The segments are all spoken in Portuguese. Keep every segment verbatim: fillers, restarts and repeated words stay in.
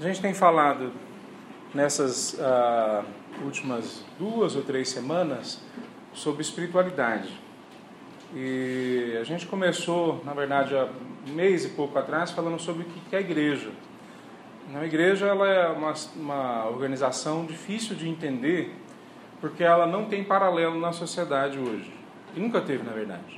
A gente tem falado nessas uh, últimas duas ou três semanas sobre espiritualidade. E a gente começou, na verdade, há um mês e pouco atrás, falando sobre o que é a igreja. A igreja ela é uma, uma organização difícil de entender, porque ela não tem paralelo na sociedade hoje. E nunca teve, na verdade.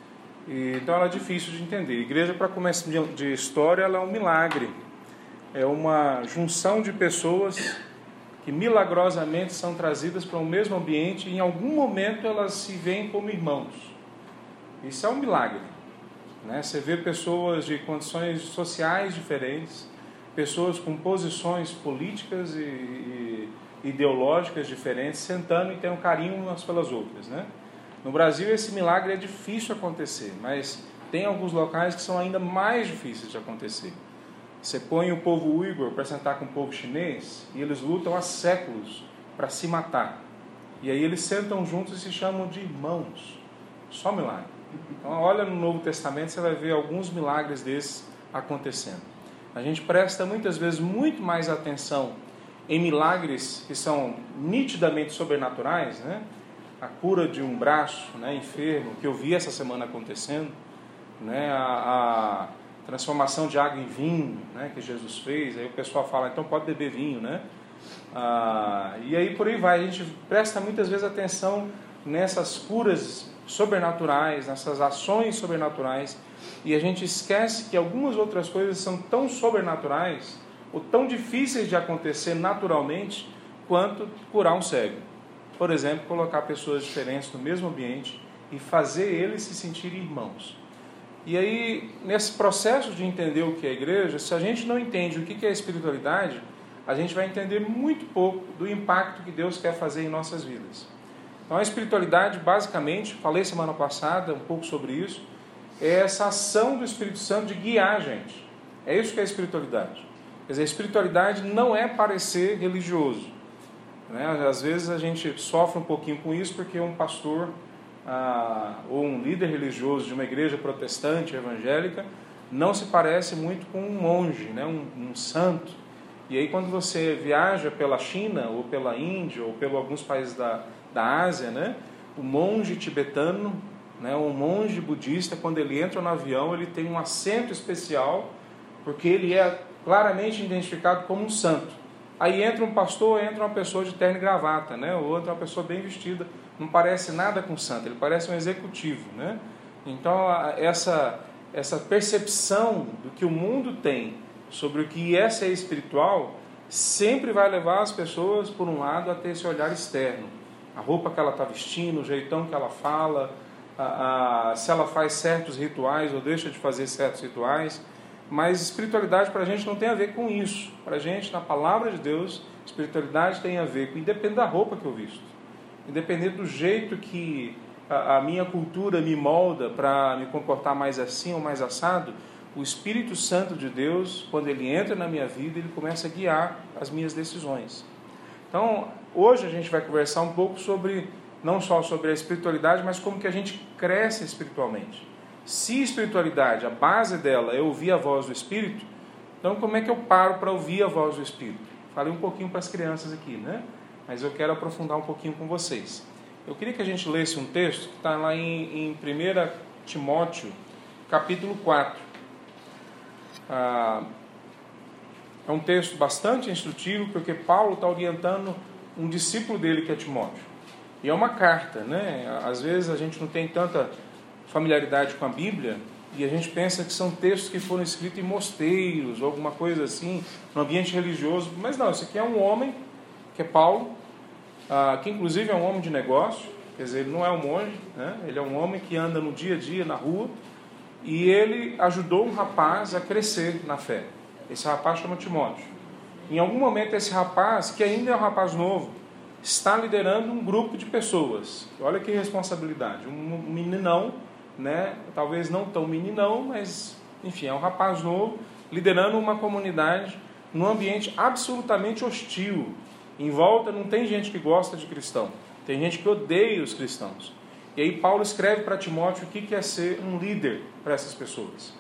E, então ela é difícil de entender. A igreja, para começo de, de história, ela é um milagre. É uma junção de pessoas que milagrosamente são trazidas para o mesmo ambiente e em algum momento elas se veem como irmãos. Isso é um milagre, né? Você vê pessoas de condições sociais diferentes, pessoas com posições políticas e, e ideológicas diferentes, sentando e tendo um carinho umas pelas outras, né? No Brasil esse milagre é difícil acontecer, mas tem alguns locais que são ainda mais difíceis de acontecer. Você põe o povo uigur para sentar com o povo chinês e eles lutam há séculos para se matar. E aí eles sentam juntos e se chamam de irmãos. Só milagre. Então olha no Novo Testamento, você vai ver alguns milagres desses acontecendo. A gente presta muitas vezes muito mais atenção em milagres que são nitidamente sobrenaturais, né? A cura de um braço, né, enfermo, que eu vi essa semana acontecendo, né? a, a transformação de água em vinho, né, que Jesus fez. Aí o pessoal fala, então pode beber vinho, né? Ah, e aí por aí vai. A gente presta muitas vezes atenção nessas curas sobrenaturais, nessas ações sobrenaturais, e a gente esquece que algumas outras coisas são tão sobrenaturais ou tão difíceis de acontecer naturalmente quanto curar um cego. Por exemplo, colocar pessoas diferentes no mesmo ambiente e fazer eles se sentirem irmãos. E aí, nesse processo de entender o que é a igreja, se a gente não entende o que é a espiritualidade, a gente vai entender muito pouco do impacto que Deus quer fazer em nossas vidas. Então, a espiritualidade, basicamente, falei semana passada um pouco sobre isso, é essa ação do Espírito Santo de guiar a gente. É isso que é a espiritualidade. Quer dizer, a espiritualidade não é parecer religioso, né? Às vezes a gente sofre um pouquinho com isso porque um pastor ah, ou um líder religioso de uma igreja protestante, evangélica, não se parece muito com um monge, né? um, um santo. E aí quando você viaja pela China, ou pela Índia, ou pelos alguns países da, da Ásia, né? O monge tibetano, né? O monge budista, quando ele entra no avião, ele tem um assento especial, porque ele é claramente identificado como um santo. Aí entra um pastor, entra uma pessoa de terno e gravata, né? Ou entra uma pessoa bem vestida, não parece nada com santo, ele parece um executivo, né? Então essa, essa percepção do que o mundo tem sobre o que é ser espiritual sempre vai levar as pessoas, por um lado, a ter esse olhar externo. A roupa que ela está vestindo, o jeitão que ela fala, a, a, se ela faz certos rituais ou deixa de fazer certos rituais. Mas espiritualidade para a gente não tem a ver com isso. Para a gente, na palavra de Deus, espiritualidade tem a ver com, independente da roupa que eu visto, independente do jeito que a, a minha cultura me molda para me comportar mais assim ou mais assado, o Espírito Santo de Deus, quando ele entra na minha vida, ele começa a guiar as minhas decisões. Então, hoje a gente vai conversar um pouco sobre, não só sobre a espiritualidade, mas como que a gente cresce espiritualmente. Se espiritualidade, a base dela é ouvir a voz do Espírito, então como é que eu paro para ouvir a voz do Espírito? Falei um pouquinho para as crianças aqui, né? Mas eu quero aprofundar um pouquinho com vocês. Eu queria que a gente lesse um texto que está lá em, em primeiro Timóteo, capítulo quatro. Ah, é um texto bastante instrutivo, porque Paulo está orientando um discípulo dele, que é Timóteo. E é uma carta, né? Às vezes a gente não tem tanta familiaridade com a Bíblia e a gente pensa que são textos que foram escritos em mosteiros ou alguma coisa assim, no ambiente religioso, mas não, isso aqui é um homem, que é Paulo, ah, que inclusive é um homem de negócio, quer dizer, ele não é um monge, né? Ele é um homem que anda no dia a dia, na rua, e ele ajudou um rapaz a crescer na fé. Esse rapaz chama Timóteo. Em algum momento esse rapaz, que ainda é um rapaz novo, está liderando um grupo de pessoas. Olha que responsabilidade, um meninão, né? Talvez não tão meninão, mas enfim, é um rapaz novo liderando uma comunidade num ambiente absolutamente hostil. Em volta não tem gente que gosta de cristão, tem gente que odeia os cristãos. E aí Paulo escreve para Timóteo o que é ser um líder para essas pessoas.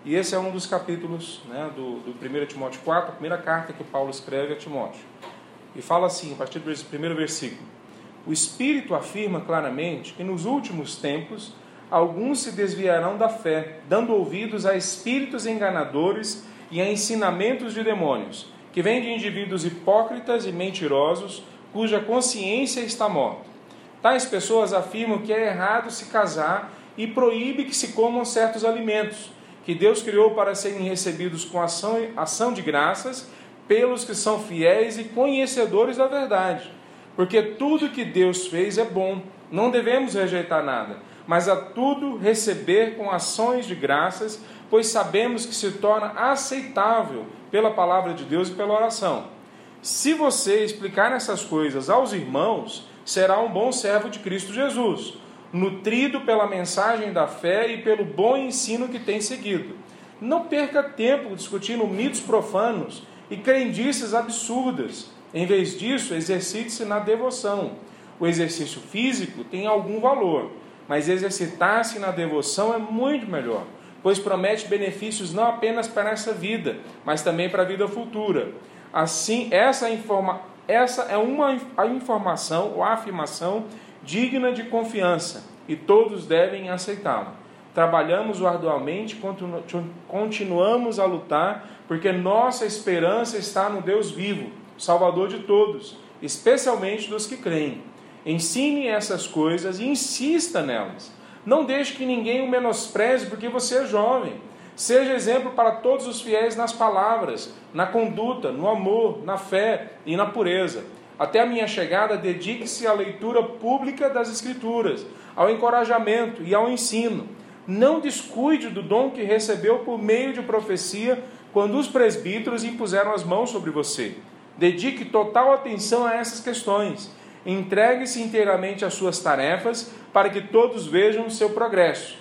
E esse é um dos capítulos, né, do, do primeiro Timóteo quatro, a primeira carta que Paulo escreve a Timóteo. E fala assim, a partir do primeiro versículo: o Espírito afirma claramente que nos últimos tempos alguns se desviarão da fé, dando ouvidos a espíritos enganadores e a ensinamentos de demônios, que vêm de indivíduos hipócritas e mentirosos, cuja consciência está morta. Tais pessoas afirmam que é errado se casar e proíbe que se comam certos alimentos, que Deus criou para serem recebidos com ação, ação de graças pelos que são fiéis e conhecedores da verdade. Porque tudo que Deus fez é bom, não devemos rejeitar nada, mas a tudo receber com ações de graças, pois sabemos que se torna aceitável pela palavra de Deus e pela oração. Se você explicar essas coisas aos irmãos, será um bom servo de Cristo Jesus, nutrido pela mensagem da fé e pelo bom ensino que tem seguido. Não perca tempo discutindo mitos profanos e crendices absurdas. Em vez disso, exercite-se na devoção. O exercício físico tem algum valor, mas exercitar-se na devoção é muito melhor, pois promete benefícios não apenas para essa vida, mas também para a vida futura. Assim, essa, informa, essa é uma a informação ou afirmação digna de confiança, e todos devem aceitá-la. Trabalhamos arduamente, continu, continuamos a lutar, porque nossa esperança está no Deus vivo, Salvador de todos, especialmente dos que creem. Ensine essas coisas e insista nelas. Não deixe que ninguém o menospreze porque você é jovem. Seja exemplo para todos os fiéis nas palavras, na conduta, no amor, na fé e na pureza. Até a minha chegada, dedique-se à leitura pública das Escrituras, ao encorajamento e ao ensino. Não descuide do dom que recebeu por meio de profecia quando os presbíteros impuseram as mãos sobre você. Dedique total atenção a essas questões. Entregue-se inteiramente às suas tarefas para que todos vejam o seu progresso.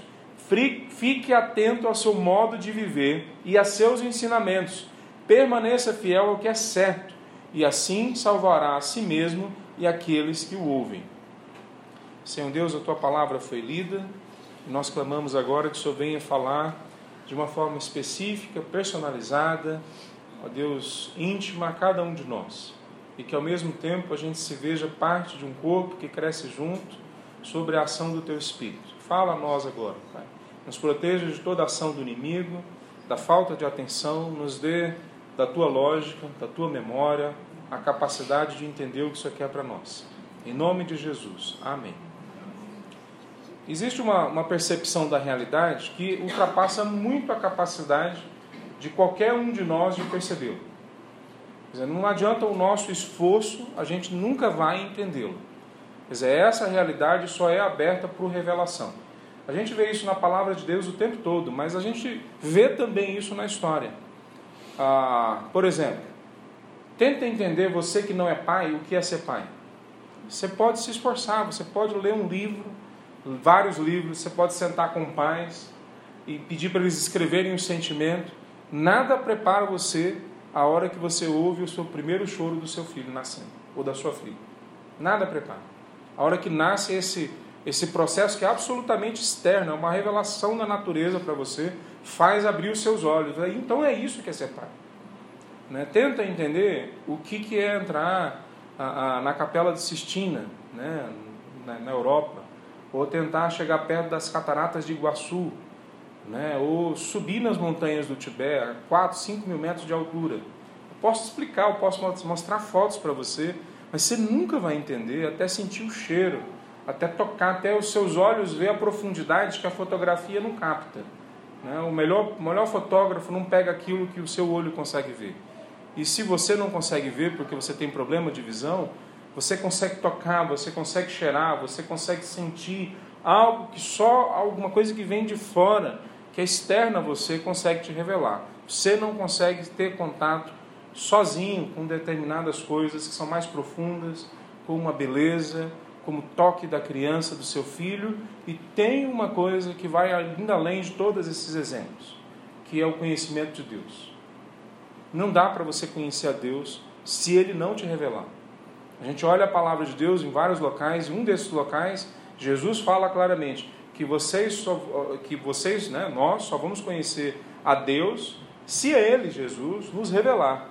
Fique atento ao seu modo de viver e a seus ensinamentos. Permaneça fiel ao que é certo, e assim salvará a si mesmo e aqueles que o ouvem. Senhor Deus, a Tua palavra foi lida, e nós clamamos agora que o Senhor venha falar de uma forma específica, personalizada, ó Deus, íntima a cada um de nós, e que ao mesmo tempo a gente se veja parte de um corpo que cresce junto sobre a ação do Teu Espírito. Fala a nós agora, Pai. Nos proteja de toda ação do inimigo, da falta de atenção, nos dê da Tua lógica, da Tua memória, a capacidade de entender o que o Senhor quer para nós. Em nome de Jesus. Amém. Existe uma, uma percepção da realidade que ultrapassa muito a capacidade de qualquer um de nós de percebê-lo. Quer dizer, não adianta o nosso esforço, a gente nunca vai entendê-lo. Quer dizer, essa realidade só é aberta por revelação. A gente vê isso na palavra de Deus o tempo todo, mas a gente vê também isso na história. Ah, por exemplo, tenta entender, você que não é pai, o que é ser pai. Você pode se esforçar, você pode ler um livro, vários livros, você pode sentar com pais e pedir para eles escreverem um sentimento. Nada prepara você a hora que você ouve o seu primeiro choro do seu filho nascendo, ou da sua filha. Nada prepara. A hora que nasce esse, esse processo que é absolutamente externo, é uma revelação da natureza para você, faz abrir os seus olhos. Então é isso que é ser pai. Né? Tenta entender o que, que é entrar a, a, na Capela de Sistina, né? na, na Europa, ou tentar chegar perto das cataratas de Iguaçu, né? ou subir nas montanhas do Tibete, a quatro, cinco mil metros de altura. Eu posso explicar, eu posso mostrar fotos para você, mas você nunca vai entender até sentir o cheiro, até tocar, até os seus olhos ver a profundidade que a fotografia não capta. Né? O melhor, o melhor fotógrafo não pega aquilo que o seu olho consegue ver. E se você não consegue ver porque você tem problema de visão, você consegue tocar, você consegue cheirar, você consegue sentir algo que só alguma coisa que vem de fora, que é externa a você, consegue te revelar. Você não consegue ter contato sozinho com determinadas coisas que são mais profundas, com uma beleza, como o toque da criança, do seu filho. E tem uma coisa que vai ainda além de todos esses exemplos, que é o conhecimento de Deus. Não dá para você conhecer a Deus se Ele não te revelar. A gente olha a palavra de Deus em vários locais, e um desses locais, Jesus fala claramente que que vocês, só, que vocês né, nós só vamos conhecer a Deus se Ele, Jesus, nos revelar.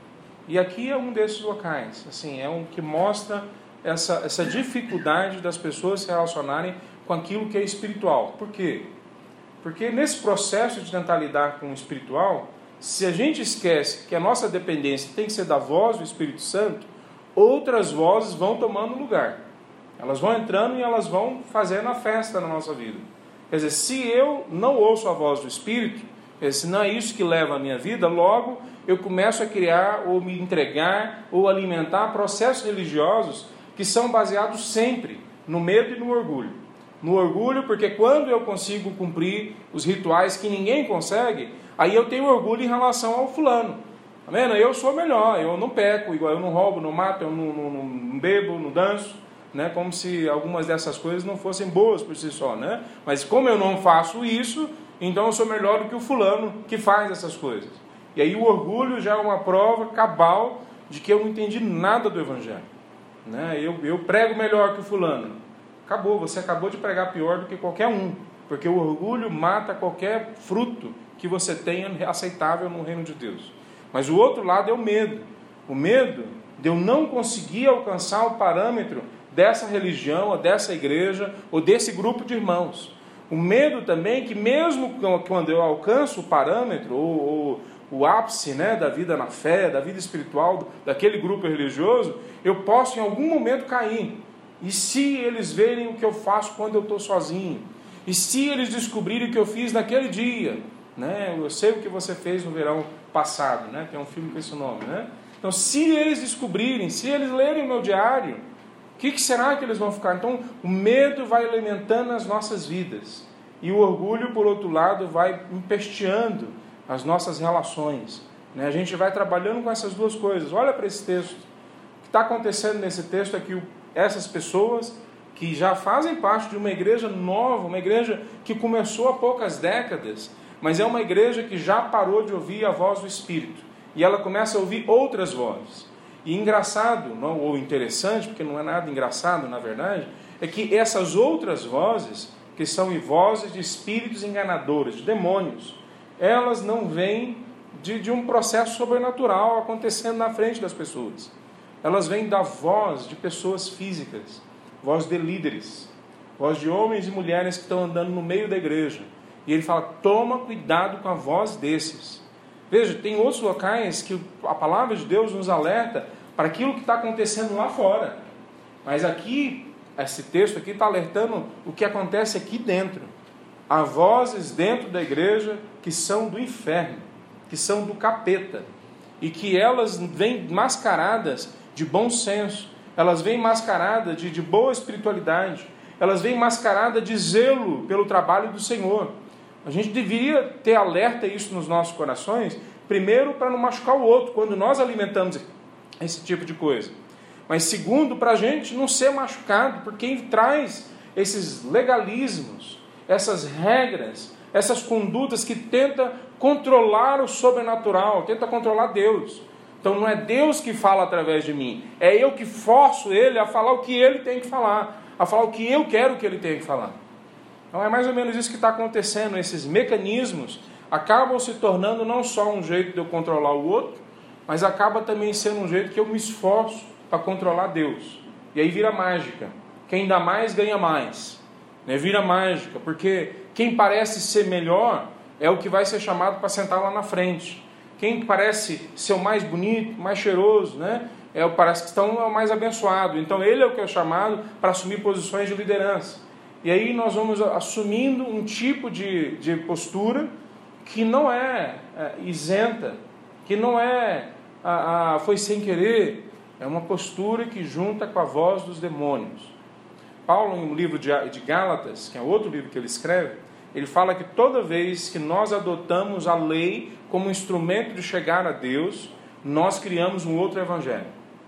E aqui é um desses locais, assim, é um que mostra essa, essa dificuldade das pessoas se relacionarem com aquilo que é espiritual. Por quê? Porque nesse processo de tentar lidar com o espiritual, se a gente esquece que a nossa dependência tem que ser da voz do Espírito Santo, outras vozes vão tomando lugar. Elas vão entrando e elas vão fazendo a festa na nossa vida. Quer dizer, se eu não ouço a voz do Espírito, quer dizer, se não é isso que leva a minha vida, logo eu começo a criar ou me entregar ou alimentar processos religiosos que são baseados sempre no medo e no orgulho. No orgulho, porque quando eu consigo cumprir os rituais que ninguém consegue, aí eu tenho orgulho em relação ao fulano. Tá vendo? Eu sou melhor, eu não peco, igual eu não roubo, não mato, eu não, não, não bebo, não danço, né? Como se algumas dessas coisas não fossem boas por si só, né? Mas como eu não faço isso, então eu sou melhor do que o fulano que faz essas coisas. E aí o orgulho já é uma prova cabal de que eu não entendi nada do Evangelho. Né? Eu, eu prego melhor que o fulano. Acabou, você acabou de pregar pior do que qualquer um, porque o orgulho mata qualquer fruto que você tenha aceitável no reino de Deus. Mas o outro lado é o medo. O medo de eu não conseguir alcançar o parâmetro dessa religião, ou dessa igreja, ou desse grupo de irmãos. O medo também que mesmo quando eu alcanço o parâmetro, ou, ou o ápice, né, da vida na fé, da vida espiritual, daquele grupo religioso, eu posso em algum momento cair. E se eles verem o que eu faço quando eu estou sozinho? E se eles descobrirem o que eu fiz naquele dia? Né? Eu sei o que você fez no verão passado, né? Tem um filme com esse nome, né? Então, se eles descobrirem, se eles lerem o meu diário, o que, que será que eles vão ficar? Então, o medo vai alimentando as nossas vidas. E o orgulho, por outro lado, vai empesteando as nossas relações. Né? A gente vai trabalhando com essas duas coisas. Olha para esse texto. O que está acontecendo nesse texto é que essas pessoas que já fazem parte de uma igreja nova, uma igreja que começou há poucas décadas, mas é uma igreja que já parou de ouvir a voz do Espírito. E ela começa a ouvir outras vozes. E engraçado, não, ou interessante, porque não é nada engraçado, na verdade, é que essas outras vozes, que são vozes de espíritos enganadores, de demônios, elas não vêm de, de um processo sobrenatural acontecendo na frente das pessoas. Elas vêm da voz de pessoas físicas, voz de líderes, voz de homens e mulheres que estão andando no meio da igreja. E ele fala, toma cuidado com a voz desses. Veja, tem outros locais que a palavra de Deus nos alerta para aquilo que está acontecendo lá fora. Mas aqui, esse texto aqui está alertando o que acontece aqui dentro. Há vozes dentro da igreja que são do inferno, que são do capeta. E que elas vêm mascaradas de bom senso. Elas vêm mascaradas de, de boa espiritualidade. Elas vêm mascaradas de zelo pelo trabalho do Senhor. A gente deveria ter alerta isso nos nossos corações, primeiro para não machucar o outro, quando nós alimentamos esse tipo de coisa. Mas segundo, para a gente não ser machucado por quem traz esses legalismos, essas regras, essas condutas que tenta controlar o sobrenatural, tenta controlar Deus. Então não é Deus que fala através de mim, é eu que forço Ele a falar o que Ele tem que falar, a falar o que eu quero que Ele tenha que falar. Então é mais ou menos isso que está acontecendo. Esses mecanismos acabam se tornando não só um jeito de eu controlar o outro, mas acaba também sendo um jeito que eu me esforço para controlar Deus. E aí vira mágica. Quem dá mais, ganha mais. Né? Vira mágica, porque quem parece ser melhor é o que vai ser chamado para sentar lá na frente. Quem parece ser o mais bonito, mais cheiroso, né? é, parece que estão é o mais abençoado. Então ele é o que é chamado para assumir posições de liderança. E aí nós vamos assumindo um tipo de, de postura que não é, é isenta, que não é a, a, foi sem querer, é uma postura que junta com a voz dos demônios. Paulo, no livro de, de Gálatas, que é outro livro que ele escreve, ele fala que toda vez que nós adotamos a lei como instrumento de chegar a Deus, nós criamos um outro evangelho.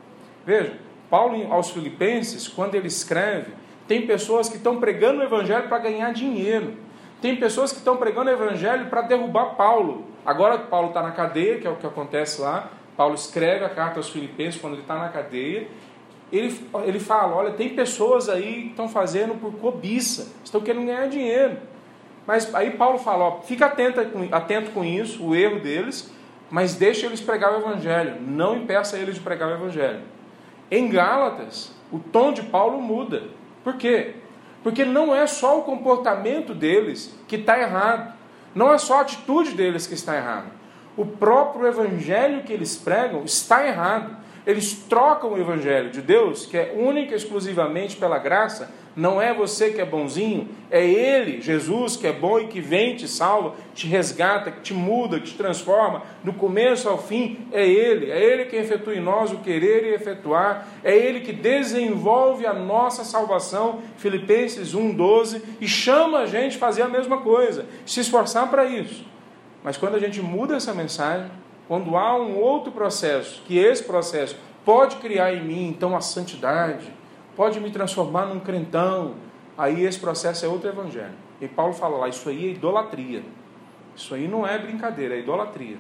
Veja, Paulo aos Filipenses, quando ele escreve, tem pessoas que estão pregando o evangelho para ganhar dinheiro. Tem pessoas que estão pregando o evangelho para derrubar Paulo. Agora que Paulo está na cadeia, que é o que acontece lá, Paulo escreve a carta aos Filipenses quando ele está na cadeia, ele, ele fala, olha, tem pessoas aí que estão fazendo por cobiça, estão querendo ganhar dinheiro. Mas aí Paulo fala, ó, fica atento, atento com isso, o erro deles, mas deixa eles pregar o Evangelho, não impeça eles de pregar o Evangelho. Em Gálatas, o tom de Paulo muda. Por quê? Porque não é só o comportamento deles que está errado, não é só a atitude deles que está errada. O próprio Evangelho que eles pregam está errado. Eles trocam o Evangelho de Deus, que é única e exclusivamente pela graça. Não é você que é bonzinho, é Ele, Jesus, que é bom e que vem, te salva, te resgata, que te muda, que te transforma, do começo ao fim, é Ele. É Ele que efetua em nós o querer e efetuar, é Ele que desenvolve a nossa salvação, Filipenses um, doze, e chama a gente a fazer a mesma coisa, se esforçar para isso. Mas quando a gente muda essa mensagem, quando há um outro processo, que esse processo pode criar em mim, então, a santidade, pode me transformar num crentão, aí esse processo é outro evangelho. E Paulo fala lá, isso aí é idolatria. Isso aí não é brincadeira, é idolatria.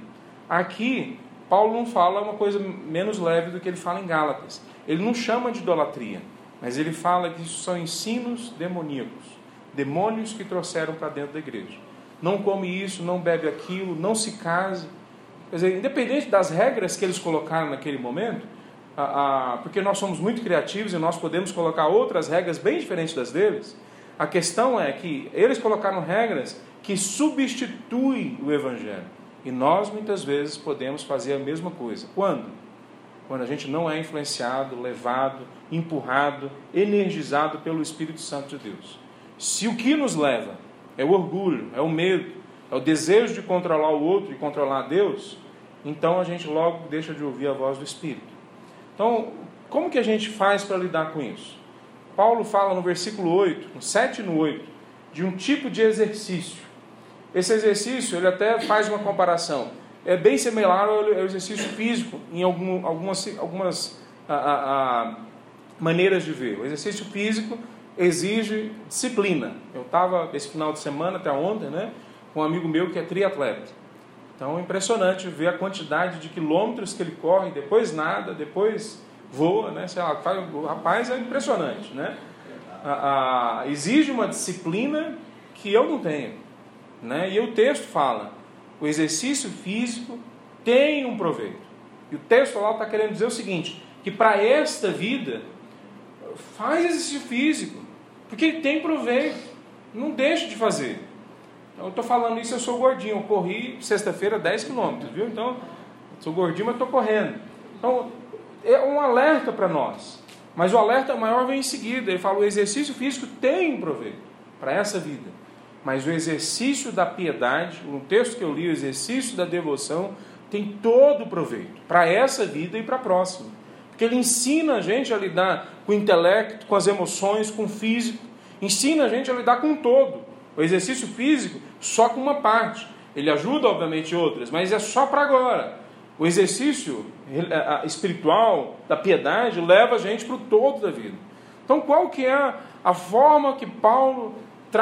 Aqui, Paulo não fala uma coisa menos leve do que ele fala em Gálatas. Ele não chama de idolatria, mas ele fala que isso são ensinos demoníacos, demônios que trouxeram para dentro da igreja. Não come isso, não bebe aquilo, não se case. Quer dizer, independente das regras que eles colocaram naquele momento, a, a, porque nós somos muito criativos e nós podemos colocar outras regras bem diferentes das deles, a questão é que eles colocaram regras que substituem o Evangelho. E nós, muitas vezes, podemos fazer a mesma coisa. Quando? Quando a gente não é influenciado, levado, empurrado, energizado pelo Espírito Santo de Deus. Se o que nos leva é o orgulho, é o medo, é o desejo de controlar o outro e controlar a Deus, então a gente logo deixa de ouvir a voz do Espírito. Então, como que a gente faz para lidar com isso? Paulo fala no versículo oito, no sete e no oito, de um tipo de exercício. Esse exercício, ele até faz uma comparação. É bem similar ao exercício físico, em algum, algumas, algumas a, a, a, maneiras de ver. O exercício físico exige disciplina. Eu estava esse final de semana, até ontem, né, com um amigo meu que é triatleta. Então é impressionante ver a quantidade de quilômetros que ele corre, depois nada, depois voa, né? Sei lá, o rapaz é impressionante, né? A, a, exige uma disciplina que eu não tenho, né? E o texto fala, o exercício físico tem um proveito. E o texto lá está querendo dizer o seguinte, que para esta vida, faz exercício físico, porque ele tem proveito, não deixe de fazer. Eu estou falando isso, eu sou gordinho, eu corri sexta-feira dez quilômetros, viu? Então, sou gordinho, mas estou correndo. Então, é um alerta para nós. Mas o alerta maior vem em seguida. Ele fala, o exercício físico tem um proveito para essa vida. Mas o exercício da piedade, no texto que eu li, o exercício da devoção, tem todo o proveito para essa vida e para a próxima. Porque ele ensina a gente a lidar com o intelecto, com as emoções, com o físico. Ensina a gente a lidar com o todo. O exercício físico só com uma parte. Ele ajuda, obviamente, outras, mas é só para agora. O exercício espiritual da piedade leva a gente para o todo da vida. Então, qual que é a forma que Paulo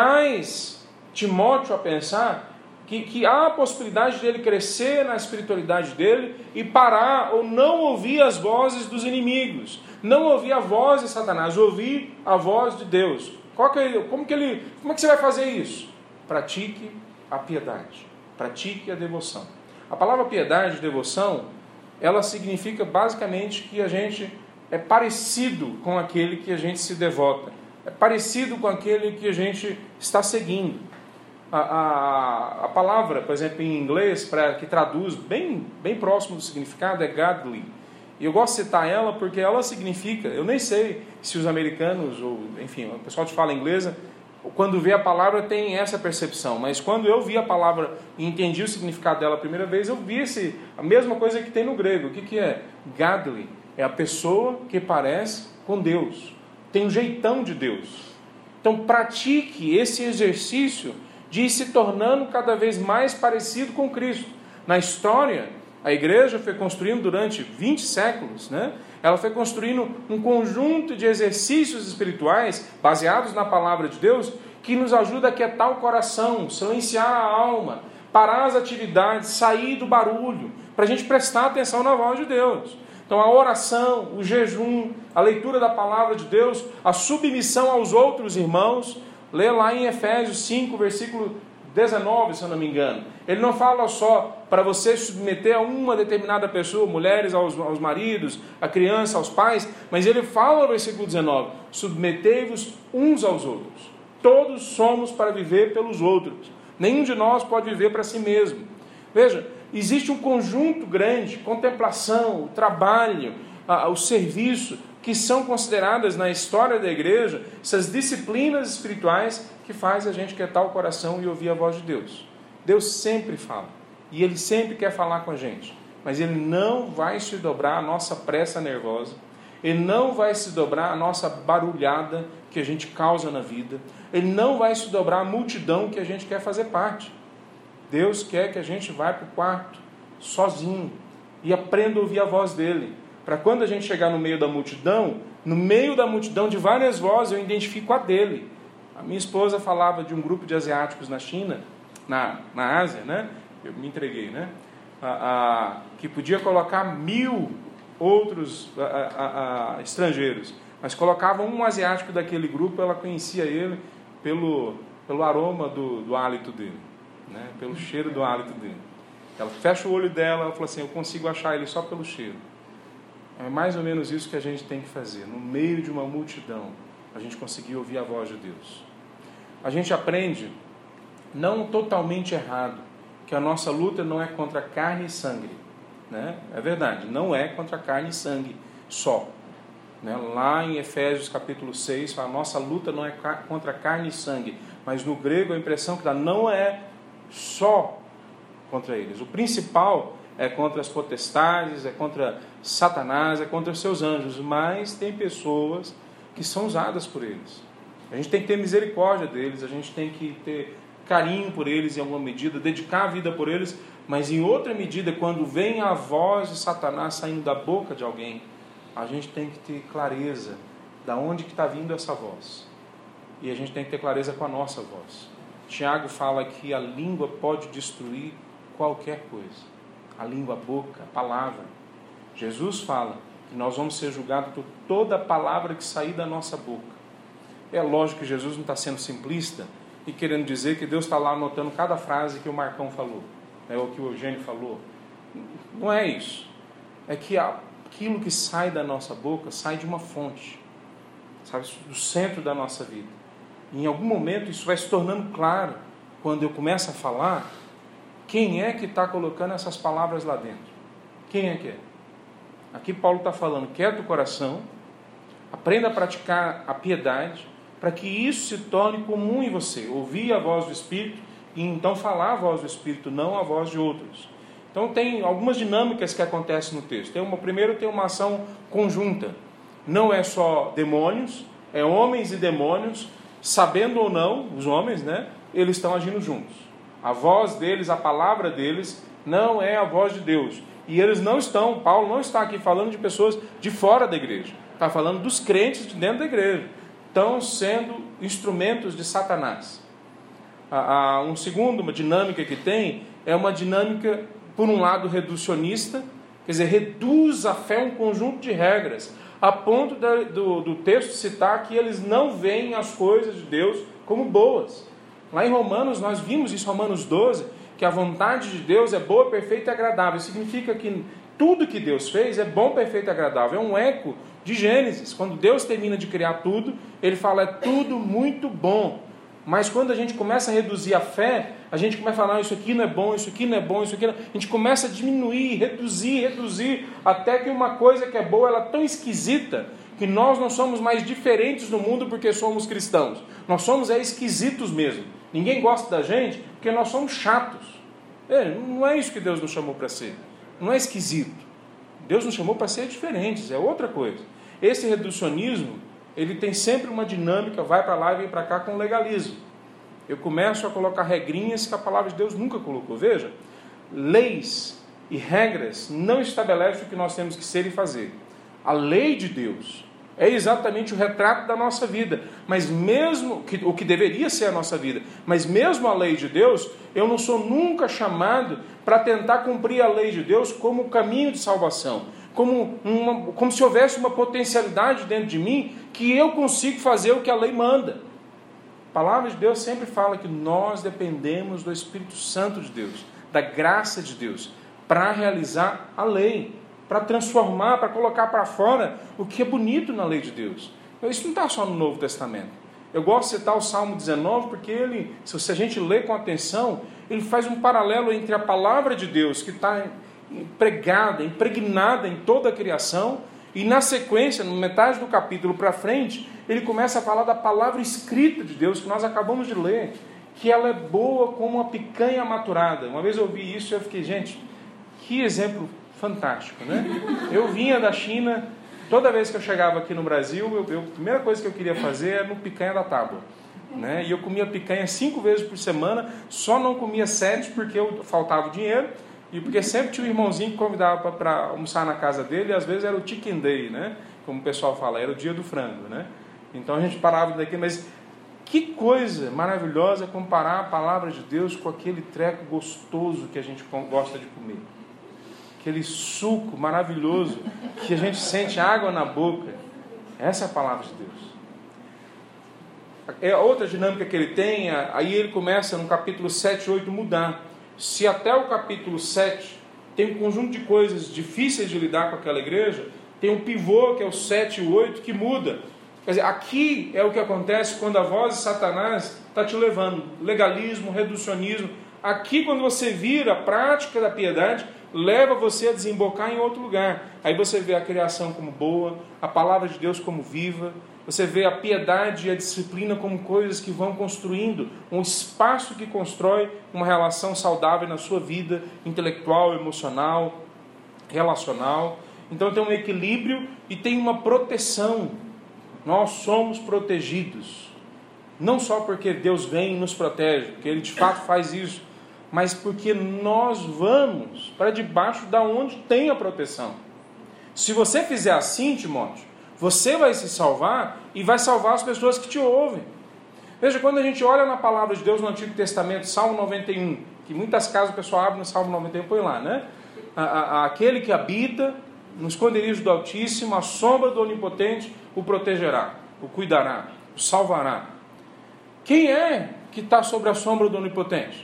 traz Timóteo a pensar que, que há a possibilidade dele crescer na espiritualidade dele e parar ou não ouvir as vozes dos inimigos, não ouvir a voz de Satanás, ouvir a voz de Deus. Qual que é, como, que ele, como é que você vai fazer isso? Pratique a piedade, pratique a devoção. A palavra piedade, devoção, ela significa basicamente que a gente é parecido com aquele que a gente se devota, é parecido com aquele que a gente está seguindo. A, a, a palavra, por exemplo, em inglês, pra, que traduz bem, bem próximo do significado, é godly. E eu gosto de citar ela porque ela significa, eu nem sei se os americanos, ou enfim, o pessoal que fala inglesa, quando vê a palavra tem essa percepção, mas quando eu vi a palavra e entendi o significado dela a primeira vez, eu vi esse, a mesma coisa que tem no grego. O que, que é? Godly é a pessoa que parece com Deus, tem um jeitão de Deus. Então pratique esse exercício de ir se tornando cada vez mais parecido com Cristo. Na história, a igreja foi construindo durante vinte séculos, né? Ela foi construindo um conjunto de exercícios espirituais baseados na palavra de Deus que nos ajuda a quietar o coração, silenciar a alma, parar as atividades, sair do barulho, para a gente prestar atenção na voz de Deus. Então a oração, o jejum, a leitura da palavra de Deus, a submissão aos outros irmãos. Lê lá em Efésios cinco, versículo dezenove, se eu não me engano. Ele não fala só para você submeter a uma determinada pessoa, mulheres aos, aos maridos, a criança aos pais, mas ele fala no versículo dezenove, submetei-vos uns aos outros. Todos somos para viver pelos outros. Nenhum de nós pode viver para si mesmo. Veja, existe um conjunto grande, contemplação, o trabalho, a, o serviço, que são consideradas na história da igreja, essas disciplinas espirituais que faz a gente quietar o coração e ouvir a voz de Deus. Deus sempre fala, e Ele sempre quer falar com a gente, mas Ele não vai se dobrar a nossa pressa nervosa, Ele não vai se dobrar a nossa barulhada que a gente causa na vida, Ele não vai se dobrar a multidão que a gente quer fazer parte. Deus quer que a gente vá para o quarto, sozinho, e aprenda a ouvir a voz dEle, para quando a gente chegar no meio da multidão, no meio da multidão de várias vozes, eu identifico a dele. A minha esposa falava de um grupo de asiáticos na China, na, na Ásia, né? Eu me entreguei, né? A, a, que podia colocar mil outros a, a, a, estrangeiros, mas colocava um asiático daquele grupo, ela conhecia ele pelo, pelo aroma do, do hálito dele, né? Pelo cheiro do hálito dele. Ela fecha o olho dela, ela fala assim, eu consigo achar ele só pelo cheiro. É mais ou menos isso que a gente tem que fazer. No meio de uma multidão, a gente conseguir ouvir a voz de Deus. A gente aprende, não totalmente errado, que a nossa luta não é contra carne e sangue. Né? É verdade, não é contra carne e sangue só. Né? Lá em Efésios capítulo seis, a nossa luta não é contra carne e sangue. Mas no grego a impressão que dá não é só contra eles. O principal é contra as potestades, é contra Satanás, é contra os seus anjos, mas tem pessoas que são usadas por eles. A gente tem que ter misericórdia deles, a gente tem que ter carinho por eles em alguma medida, dedicar a vida por eles, mas em outra medida, quando vem a voz de Satanás saindo da boca de alguém, a gente tem que ter clareza de onde que está vindo essa voz. E a gente tem que ter clareza com a nossa voz. Tiago fala que a língua pode destruir qualquer coisa. A língua, a boca, a palavra. Jesus fala que nós vamos ser julgados por toda a palavra que sair da nossa boca. É lógico que Jesus não está sendo simplista e querendo dizer que Deus está lá anotando cada frase que o Marcão falou, né, ou que o Eugênio falou. Não é isso. É que aquilo que sai da nossa boca sai de uma fonte, sabe, do centro da nossa vida. E em algum momento isso vai se tornando claro quando eu começo a falar. Quem é que está colocando essas palavras lá dentro? Quem é que é? Aqui Paulo está falando, quieta o coração, aprenda a praticar a piedade, para que isso se torne comum em você. Ouvir a voz do Espírito e então falar a voz do Espírito, não a voz de outros. Então tem algumas dinâmicas que acontecem no texto. Tem uma, primeiro tem uma ação conjunta. Não é só demônios, é homens e demônios, sabendo ou não, os homens, né? Eles estão agindo juntos. A voz deles, a palavra deles, não é a voz de Deus. E eles não estão, Paulo não está aqui falando de pessoas de fora da igreja. Está falando dos crentes de dentro da igreja. Estão sendo instrumentos de Satanás. A, a, um segundo, uma dinâmica que tem, é uma dinâmica, por um lado, reducionista, quer dizer, reduz a fé a um conjunto de regras, a ponto da, do, do texto citar que eles não veem as coisas de Deus como boas. Lá em Romanos, nós vimos isso, Romanos doze, que a vontade de Deus é boa, perfeita e agradável. Significa que tudo que Deus fez é bom, perfeito e agradável. É um eco de Gênesis. Quando Deus termina de criar tudo, Ele fala, é tudo muito bom. Mas quando a gente começa a reduzir a fé, a gente começa a falar, isso aqui não é bom, isso aqui não é bom, isso aqui não é... A gente começa a diminuir, reduzir, reduzir, até que uma coisa que é boa, ela é tão esquisita, que nós não somos mais diferentes no mundo porque somos cristãos. Nós somos é, esquisitos mesmo. Ninguém gosta da gente porque nós somos chatos. É, não é isso que Deus nos chamou para ser. Não é esquisito. Deus nos chamou para ser diferentes, é outra coisa. Esse reducionismo, ele tem sempre uma dinâmica, vai para lá e vem para cá com legalismo. Eu começo a colocar regrinhas que a palavra de Deus nunca colocou. Veja, leis e regras não estabelecem o que nós temos que ser e fazer. A lei de Deus é exatamente o retrato da nossa vida, mas mesmo o que deveria ser a nossa vida, mas mesmo a lei de Deus, eu não sou nunca chamado para tentar cumprir a lei de Deus como o caminho de salvação, como, uma, como se houvesse uma potencialidade dentro de mim que eu consigo fazer o que a lei manda. A palavra de Deus sempre fala que nós dependemos do Espírito Santo de Deus, da graça de Deus, para realizar a lei, para transformar, para colocar para fora o que é bonito na lei de Deus. Isso não está só no Novo Testamento. Eu gosto de citar o Salmo dezenove, porque ele, se a gente lê com atenção, ele faz um paralelo entre a palavra de Deus, que está empregada, impregnada em toda a criação, e na sequência, na metade do capítulo para frente, ele começa a falar da palavra escrita de Deus, que nós acabamos de ler, que ela é boa como uma picanha maturada. Uma vez eu ouvi isso e eu fiquei, gente, que exemplo fantástico, né? Eu vinha da China, toda vez que eu chegava aqui no Brasil, eu, eu, a primeira coisa que eu queria fazer era no picanha da tábua, né? E eu comia picanha cinco vezes por semana, só não comia sete porque eu faltava dinheiro, e porque sempre tinha um irmãozinho que convidava para almoçar na casa dele, e às vezes era o chicken day, né? Como o pessoal fala, era o dia do frango, né? Então a gente parava daqui, mas que coisa maravilhosa comparar a palavra de Deus com aquele treco gostoso que a gente gosta de comer. Aquele suco maravilhoso que a gente sente água na boca. Essa é a palavra de Deus. É outra dinâmica que ele tem, aí ele começa no capítulo sete e oito mudar. Se até o capítulo sete tem um conjunto de coisas difíceis de lidar com aquela igreja, tem um pivô que é o sete e o oito que muda. Quer dizer, aqui é o que acontece quando a voz de Satanás está te levando. Legalismo, reducionismo. Aqui, quando você vira a prática da piedade, leva você a desembocar em outro lugar. Aí você vê a criação como boa, a palavra de Deus como viva, você vê a piedade e a disciplina como coisas que vão construindo um espaço que constrói uma relação saudável na sua vida intelectual, emocional, relacional. Então tem um equilíbrio e tem uma proteção. Nós somos protegidos, não só porque Deus vem e nos protege, porque Ele de fato faz isso, mas porque nós vamos para debaixo da onde tem a proteção. Se você fizer assim, Timóteo, você vai se salvar e vai salvar as pessoas que te ouvem. Veja, quando a gente olha na palavra de Deus no Antigo Testamento, Salmo noventa e um, que muitas casas o pessoal abre no Salmo noventa e um e põe lá, né? A, a, aquele que habita no esconderijo do Altíssimo, a sombra do Onipotente o protegerá, o cuidará, o salvará. Quem é que está sobre a sombra do Onipotente?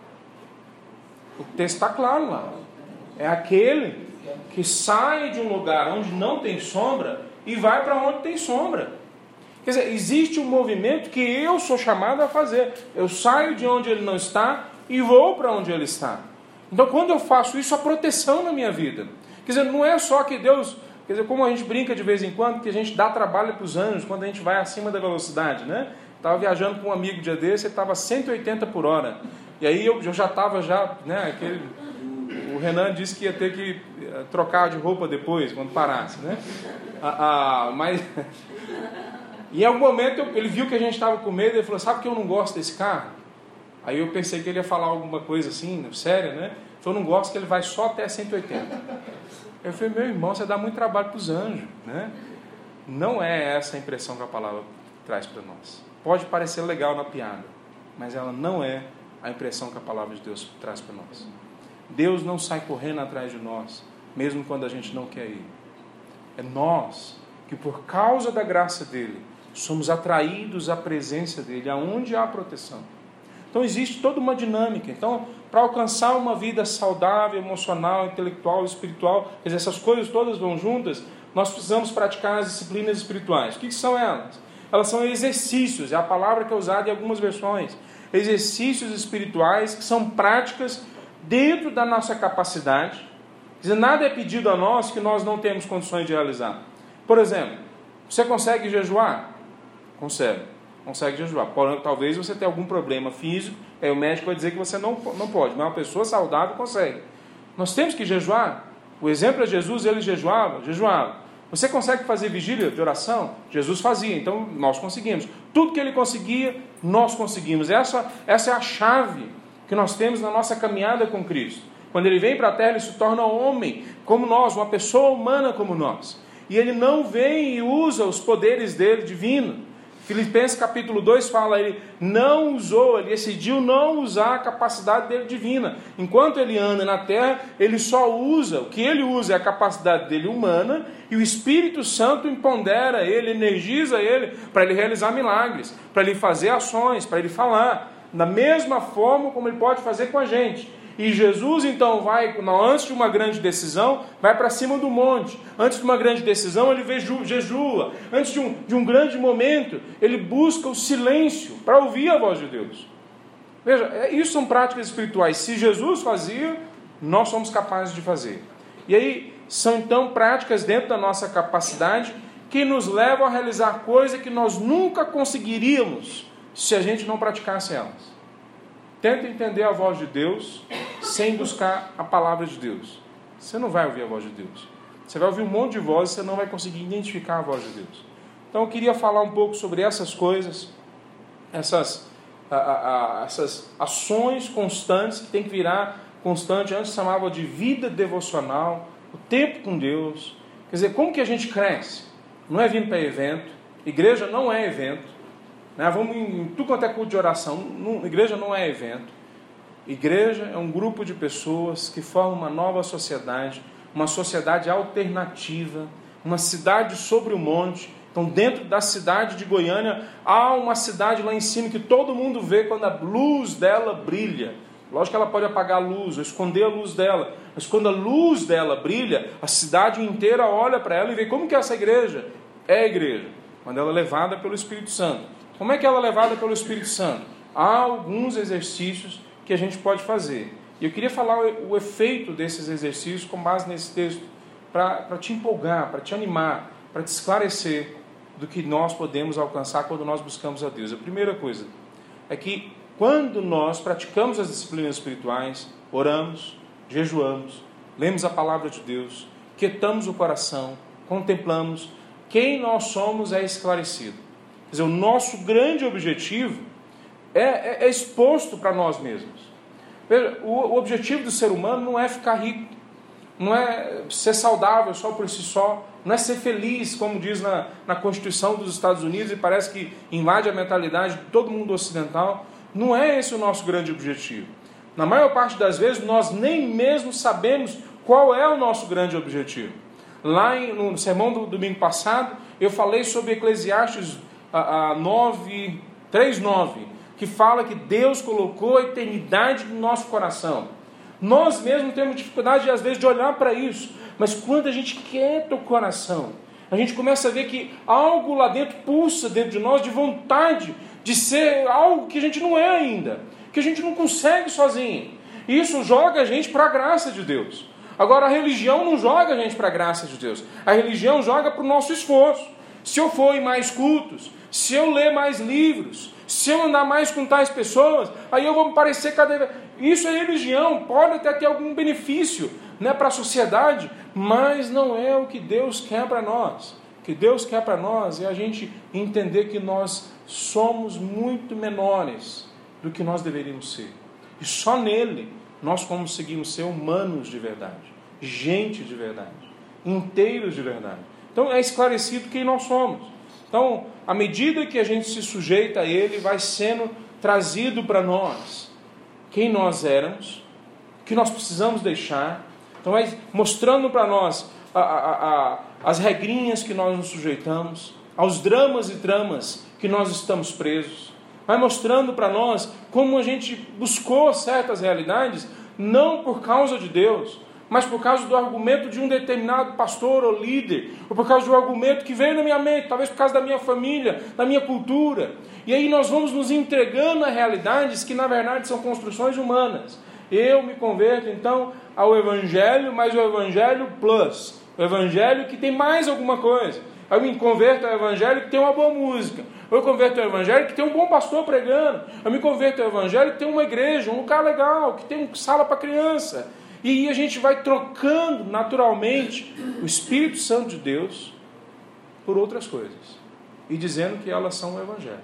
O texto está claro lá. É aquele que sai de um lugar onde não tem sombra e vai para onde tem sombra. Quer dizer, existe um movimento que eu sou chamado a fazer. Eu saio de onde ele não está e vou para onde ele está. Então, quando eu faço isso, há proteção na minha vida. Quer dizer, não é só que Deus... Quer dizer, como a gente brinca de vez em quando, que a gente dá trabalho para os anjos quando a gente vai acima da velocidade, né? Estava viajando com um amigo dia desse, ele estava cento e oitenta por hora. E aí eu, eu já estava já, né? Aquele, o Renan disse que ia ter que trocar de roupa depois, quando parasse, né? Ah, ah, mas... E em algum momento eu, ele viu que a gente estava com medo e ele falou, sabe que eu não gosto desse carro? Aí eu pensei que ele ia falar alguma coisa assim, séria, né? Ele falou, eu não gosto que ele vai só até cento e oitenta. Eu falei, meu irmão, você dá muito trabalho para os anjos, né? Não é essa a impressão que a palavra traz para nós. Pode parecer legal na piada, mas ela não é a impressão que a palavra de Deus traz para nós. Deus não sai correndo atrás de nós, mesmo quando a gente não quer ir. É nós que, por causa da graça dele, somos atraídos à presença dele, aonde há proteção. Então existe toda uma dinâmica. Então, para alcançar uma vida saudável, emocional, intelectual, espiritual, quer dizer, essas coisas todas vão juntas, nós precisamos praticar as disciplinas espirituais. O que são elas? Elas são exercícios, é a palavra que é usada em algumas versões. Exercícios espirituais que são práticas dentro da nossa capacidade. Quer dizer, nada é pedido a nós que nós não temos condições de realizar. Por exemplo, você consegue jejuar? Consegue. Consegue jejuar. Porém, talvez você tenha algum problema físico, aí o médico vai dizer que você não, não pode, mas uma pessoa saudável consegue. Nós temos que jejuar. O exemplo é Jesus, ele jejuava, jejuava. Você consegue fazer vigília de oração? Jesus fazia, então nós conseguimos. Tudo que ele conseguia, nós conseguimos. Essa, essa é a chave que nós temos na nossa caminhada com Cristo. Quando ele vem para a terra, ele se torna homem como nós, uma pessoa humana como nós. E ele não vem e usa os poderes dele divino. Filipenses capítulo dois fala, ele não usou, ele decidiu não usar a capacidade dele divina. Enquanto ele anda na terra, ele só usa, o que ele usa é a capacidade dele humana, e o Espírito Santo empodera ele, energiza ele, para ele realizar milagres, para ele fazer ações, para ele falar, da mesma forma como ele pode fazer com a gente. E Jesus então vai, antes de uma grande decisão, vai para cima do monte. Antes de uma grande decisão, ele jejua. Antes de um, de um grande momento, ele busca o silêncio para ouvir a voz de Deus. Veja, isso são práticas espirituais. Se Jesus fazia, nós somos capazes de fazer. E aí, são então práticas dentro da nossa capacidade que nos levam a realizar coisas que nós nunca conseguiríamos se a gente não praticasse elas. Tenta entender a voz de Deus sem buscar a palavra de Deus. Você não vai ouvir a voz de Deus. Você vai ouvir um monte de vozes e você não vai conseguir identificar a voz de Deus. Então eu queria falar um pouco sobre essas coisas, essas, a, a, a, essas ações constantes que tem que virar constante. Antes chamava de vida devocional, o tempo com Deus. Quer dizer, como que a gente cresce? Não é vindo para evento. Igreja não é evento. Né? Vamos em tudo quanto é culto de oração. Não, igreja não é evento. Igreja é um grupo de pessoas que formam uma nova sociedade, uma sociedade alternativa, uma cidade sobre o monte. Então, dentro da cidade de Goiânia, há uma cidade lá em cima que todo mundo vê quando a luz dela brilha. Lógico que ela pode apagar a luz, ou esconder a luz dela, mas quando a luz dela brilha, a cidade inteira olha para ela e vê como que é essa igreja. É a igreja, quando ela é levada pelo Espírito Santo. Como é que ela é levada pelo Espírito Santo? Há alguns exercícios que a gente pode fazer. E eu queria falar o, o efeito desses exercícios com base nesse texto, para te empolgar, para te animar, para te esclarecer do que nós podemos alcançar quando nós buscamos a Deus. A primeira coisa é que quando nós praticamos as disciplinas espirituais, oramos, jejuamos, lemos a palavra de Deus, quietamos o coração, contemplamos, quem nós somos é esclarecido. Quer dizer, o nosso grande objetivo é, é, é exposto para nós mesmos. Veja, o, o objetivo do ser humano não é ficar rico, não é ser saudável só por si só, não é ser feliz, como diz na, na Constituição dos Estados Unidos, e parece que invade a mentalidade de todo mundo ocidental. Não é esse o nosso grande objetivo. Na maior parte das vezes, nós nem mesmo sabemos qual é o nosso grande objetivo. Lá em, no sermão do domingo passado, eu falei sobre Eclesiastes a, a nove, três, nove, que fala que Deus colocou a eternidade no nosso coração. Nós mesmos temos dificuldade, às vezes, de olhar para isso, mas quando a gente quieta o coração, a gente começa a ver que algo lá dentro pulsa dentro de nós de vontade de ser algo que a gente não é ainda, que a gente não consegue sozinho. E isso joga a gente para a graça de Deus. Agora, a religião não joga a gente para a graça de Deus. A religião joga para o nosso esforço. Se eu for em mais cultos, se eu ler mais livros, se eu andar mais com tais pessoas, aí eu vou me parecer cada vez... Isso é religião, pode até ter algum benefício, né, para a sociedade, mas não é o que Deus quer para nós. O que Deus quer para nós é a gente entender que nós somos muito menores do que nós deveríamos ser. E só nele nós conseguimos ser humanos de verdade, gente de verdade, inteiros de verdade. Então é esclarecido quem nós somos. Então, à medida que a gente se sujeita a ele, vai sendo trazido para nós quem nós éramos, o que nós precisamos deixar. Então vai mostrando para nós a, a, a, as regrinhas que nós nos sujeitamos, aos dramas e tramas que nós estamos presos. Vai mostrando para nós como a gente buscou certas realidades, não por causa de Deus, mas por causa do argumento de um determinado pastor ou líder, ou por causa do argumento que veio na minha mente, talvez por causa da minha família, da minha cultura. E aí nós vamos nos entregando a realidades que na verdade são construções humanas. Eu me converto então ao Evangelho, mas o Evangelho plus, o Evangelho que tem mais alguma coisa. Eu me converto ao Evangelho que tem uma boa música. Eu me converto ao Evangelho que tem um bom pastor pregando. Eu me converto ao Evangelho que tem uma igreja, um lugar legal, que tem sala para criança. E aí a gente vai trocando naturalmente o Espírito Santo de Deus por outras coisas. E dizendo que elas são o Evangelho.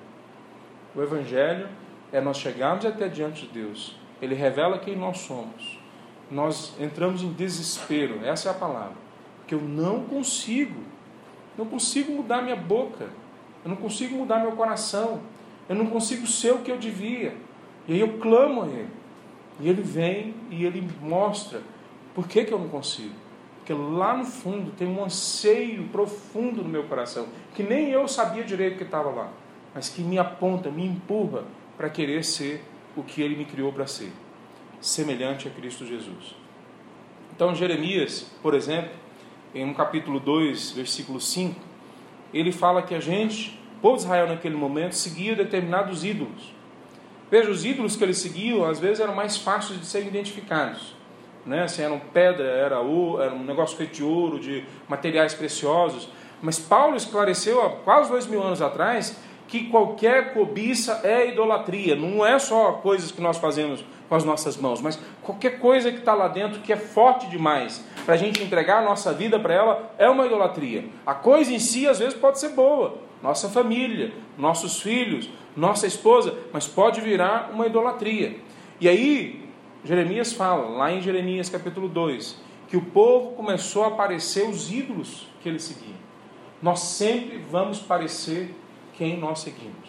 O Evangelho é nós chegarmos até diante de Deus. Ele revela quem nós somos. Nós entramos em desespero. Essa é a palavra. Porque eu não consigo. Não consigo mudar minha boca. eu não consigo mudar meu coração, eu não consigo ser o que eu devia. E aí eu clamo a Ele. E Ele vem e Ele mostra por que, que eu não consigo. Porque lá no fundo tem um anseio profundo no meu coração, que nem eu sabia direito que estava lá, mas que me aponta, me empurra para querer ser o que Ele me criou para ser, semelhante a Cristo Jesus. Então Jeremias, por exemplo, em um capítulo dois, versículo cinco, ele fala que a gente, o povo de Israel naquele momento, seguia determinados ídolos. Veja, os ídolos que eles seguiam, às vezes eram mais fáceis de serem identificados. Né? Se eram pedra, era, ouro, era um negócio feito de ouro, de materiais preciosos. Mas Paulo esclareceu há quase dois mil anos atrás que qualquer cobiça é idolatria. Não é só coisas que nós fazemos com as nossas mãos, mas qualquer coisa que está lá dentro que é forte demais para a gente entregar a nossa vida para ela é uma idolatria. A coisa em si às vezes pode ser boa, nossa família, nossos filhos, nossa esposa, mas pode virar uma idolatria. E aí Jeremias fala, lá em Jeremias capítulo dois, que o povo começou a aparecer os ídolos que ele seguia. Nós sempre vamos parecer quem nós seguimos.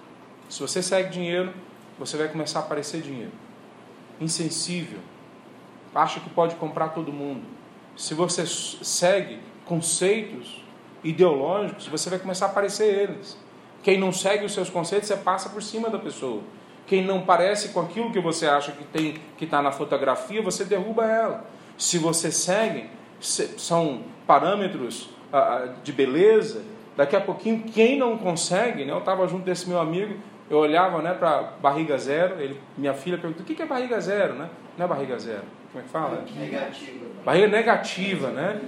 Se você segue dinheiro, você vai começar a parecer dinheiro. Insensível, acha que pode comprar todo mundo. Se você segue conceitos ideológicos, você vai começar a parecer eles. Quem não segue os seus conceitos, você passa por cima da pessoa. Quem não parece com aquilo que você acha que tem, que está na fotografia, você derruba ela. Se você segue, são parâmetros ah, de beleza, daqui a pouquinho, quem não consegue, né, eu estava junto desse meu amigo, eu olhava, né, para barriga zero, ele, minha filha perguntou, o que é barriga zero? Né? Não é barriga zero, como é que fala? Negativa. Barriga negativa, né?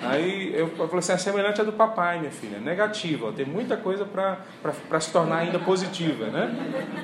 Aí eu falei assim, é semelhante à do papai, minha filha, negativa, ó, tem muita coisa para se tornar ainda positiva, né?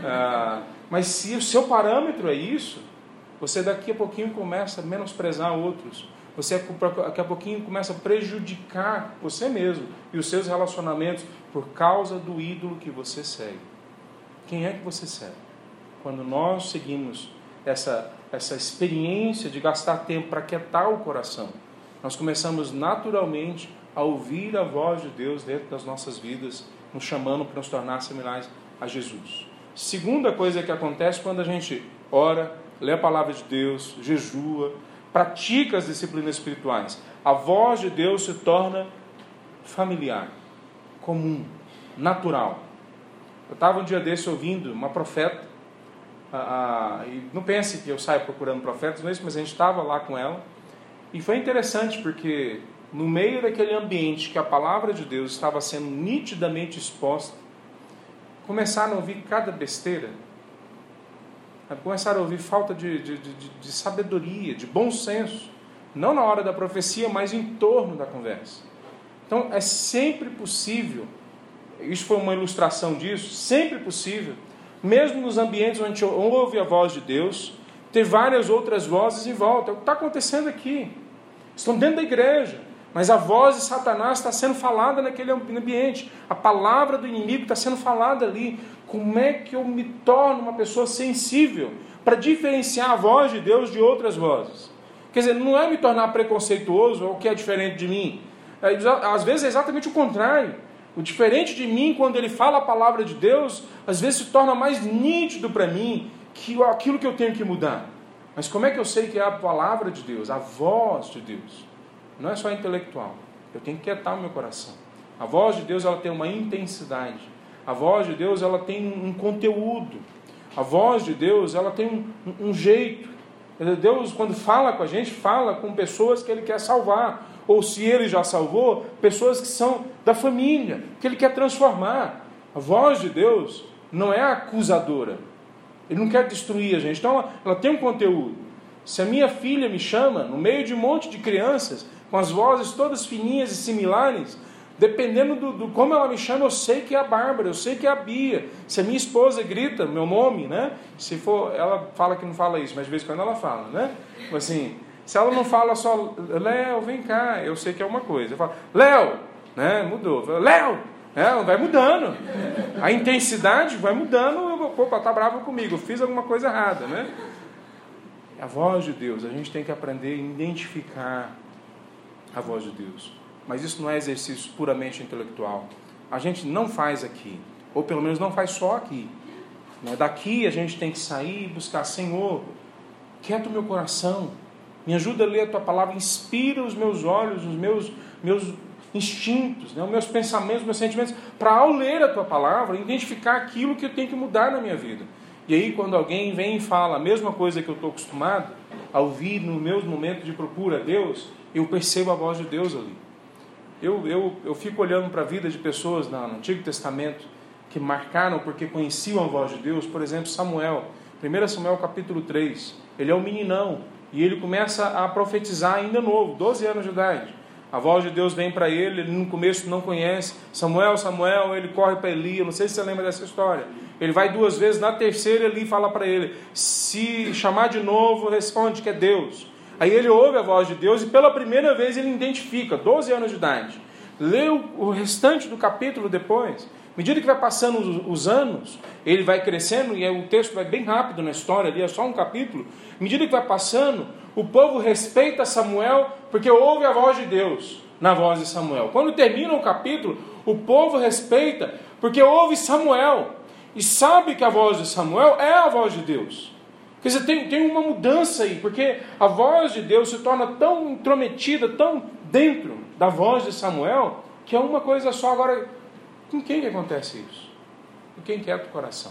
Ah, mas se o seu parâmetro é isso, você daqui a pouquinho começa a menosprezar outros, você daqui a pouquinho começa a prejudicar você mesmo e os seus relacionamentos por causa do ídolo que você segue. Quem é que você segue? Quando nós seguimos essa, essa experiência de gastar tempo para aquietar o coração, nós começamos naturalmente a ouvir a voz de Deus dentro das nossas vidas, nos chamando para nos tornar similares a Jesus. Segunda coisa que acontece quando a gente ora, lê a palavra de Deus, jejua, pratica as disciplinas espirituais, a voz de Deus se torna familiar, comum, natural. Eu estava um dia desse ouvindo uma profeta, ah, e não pense que eu saio procurando profetas, mas a gente estava lá com ela, e foi interessante porque no meio daquele ambiente que a palavra de Deus estava sendo nitidamente exposta, começaram a ouvir cada besteira, começaram a ouvir falta de, de, de, de sabedoria, de bom senso, não na hora da profecia, mas em torno da conversa. Então é sempre possível, isso foi uma ilustração disso, sempre possível, mesmo nos ambientes onde a gente ouve a voz de Deus, ter várias outras vozes em volta. É o que está acontecendo aqui. Estão dentro da igreja, mas a voz de Satanás está sendo falada naquele ambiente. A palavra do inimigo está sendo falada ali. Como é que eu me torno uma pessoa sensível para diferenciar a voz de Deus de outras vozes? Quer dizer, não é me tornar preconceituoso ou o que é diferente de mim. Às vezes é exatamente o contrário. O diferente de mim, quando ele fala a palavra de Deus, às vezes se torna mais nítido para mim que aquilo que eu tenho que mudar. Mas como é que eu sei que é a palavra de Deus, a voz de Deus? Não é só intelectual. Eu tenho que quietar o meu coração. A voz de Deus, ela tem uma intensidade. A voz de Deus, ela tem um conteúdo. A voz de Deus, ela tem um, um jeito. Deus, quando fala com a gente, fala com pessoas que Ele quer salvar. Ou se Ele já salvou, pessoas que são da família, que Ele quer transformar. A voz de Deus não é acusadora. Ele não quer destruir a gente. Então, ela, ela tem um conteúdo. Se a minha filha me chama, no meio de um monte de crianças, com as vozes todas fininhas e similares, dependendo do, do como ela me chama, eu sei que é a Bárbara, eu sei que é a Bia. Se a minha esposa grita meu nome, né? Se for, ela fala que não fala isso, mas de vez em quando ela fala, né? Assim, se ela não fala só, Léo, vem cá, eu sei que é uma coisa. Eu falo, Léo, né? Mudou. Léo, é, vai mudando. A intensidade vai mudando. Opa, tá bravo comigo, eu fiz alguma coisa errada, né? A voz de Deus, a gente tem que aprender a identificar a voz de Deus. Mas isso não é exercício puramente intelectual. a gente não faz aqui, ou pelo menos não faz só aqui. Daqui a gente tem que sair e buscar, Senhor, quieta o meu coração, me ajuda a ler a Tua palavra, inspira os meus olhos, os meus, meus instintos, né, os meus pensamentos, os meus sentimentos, para ao ler a Tua palavra, identificar aquilo que eu tenho que mudar na minha vida. E aí quando alguém vem e fala a mesma coisa que eu estou acostumado a ouvir nos meus momentos de procura a Deus, eu percebo a voz de Deus ali. Eu, eu, eu fico olhando para a vida de pessoas no Antigo Testamento que marcaram porque conheciam a voz de Deus. Por exemplo, Samuel, primeiro Samuel capítulo três, ele é um meninão e ele começa a profetizar ainda novo, doze anos de idade. A voz de Deus vem para ele, ele no começo não conhece, Samuel, Samuel, ele corre para Eli, eu não sei se você lembra dessa história. Ele vai duas vezes, na terceira Eli fala para ele, se chamar de novo, responde que é Deus. Aí ele ouve a voz de Deus e pela primeira vez ele identifica, doze anos de idade. Lê o restante do capítulo depois. À medida que vai passando os, os anos, ele vai crescendo, e o texto vai bem rápido na história, ali é só um capítulo. À medida que vai passando, o povo respeita Samuel, porque ouve a voz de Deus na voz de Samuel. Quando termina o capítulo, o povo respeita, porque ouve Samuel, e sabe que a voz de Samuel é a voz de Deus. Quer dizer, tem, tem uma mudança aí, porque a voz de Deus se torna tão intrometida, tão dentro da voz de Samuel, que é uma coisa só. Agora, com quem que acontece isso? Com quem quieta o coração?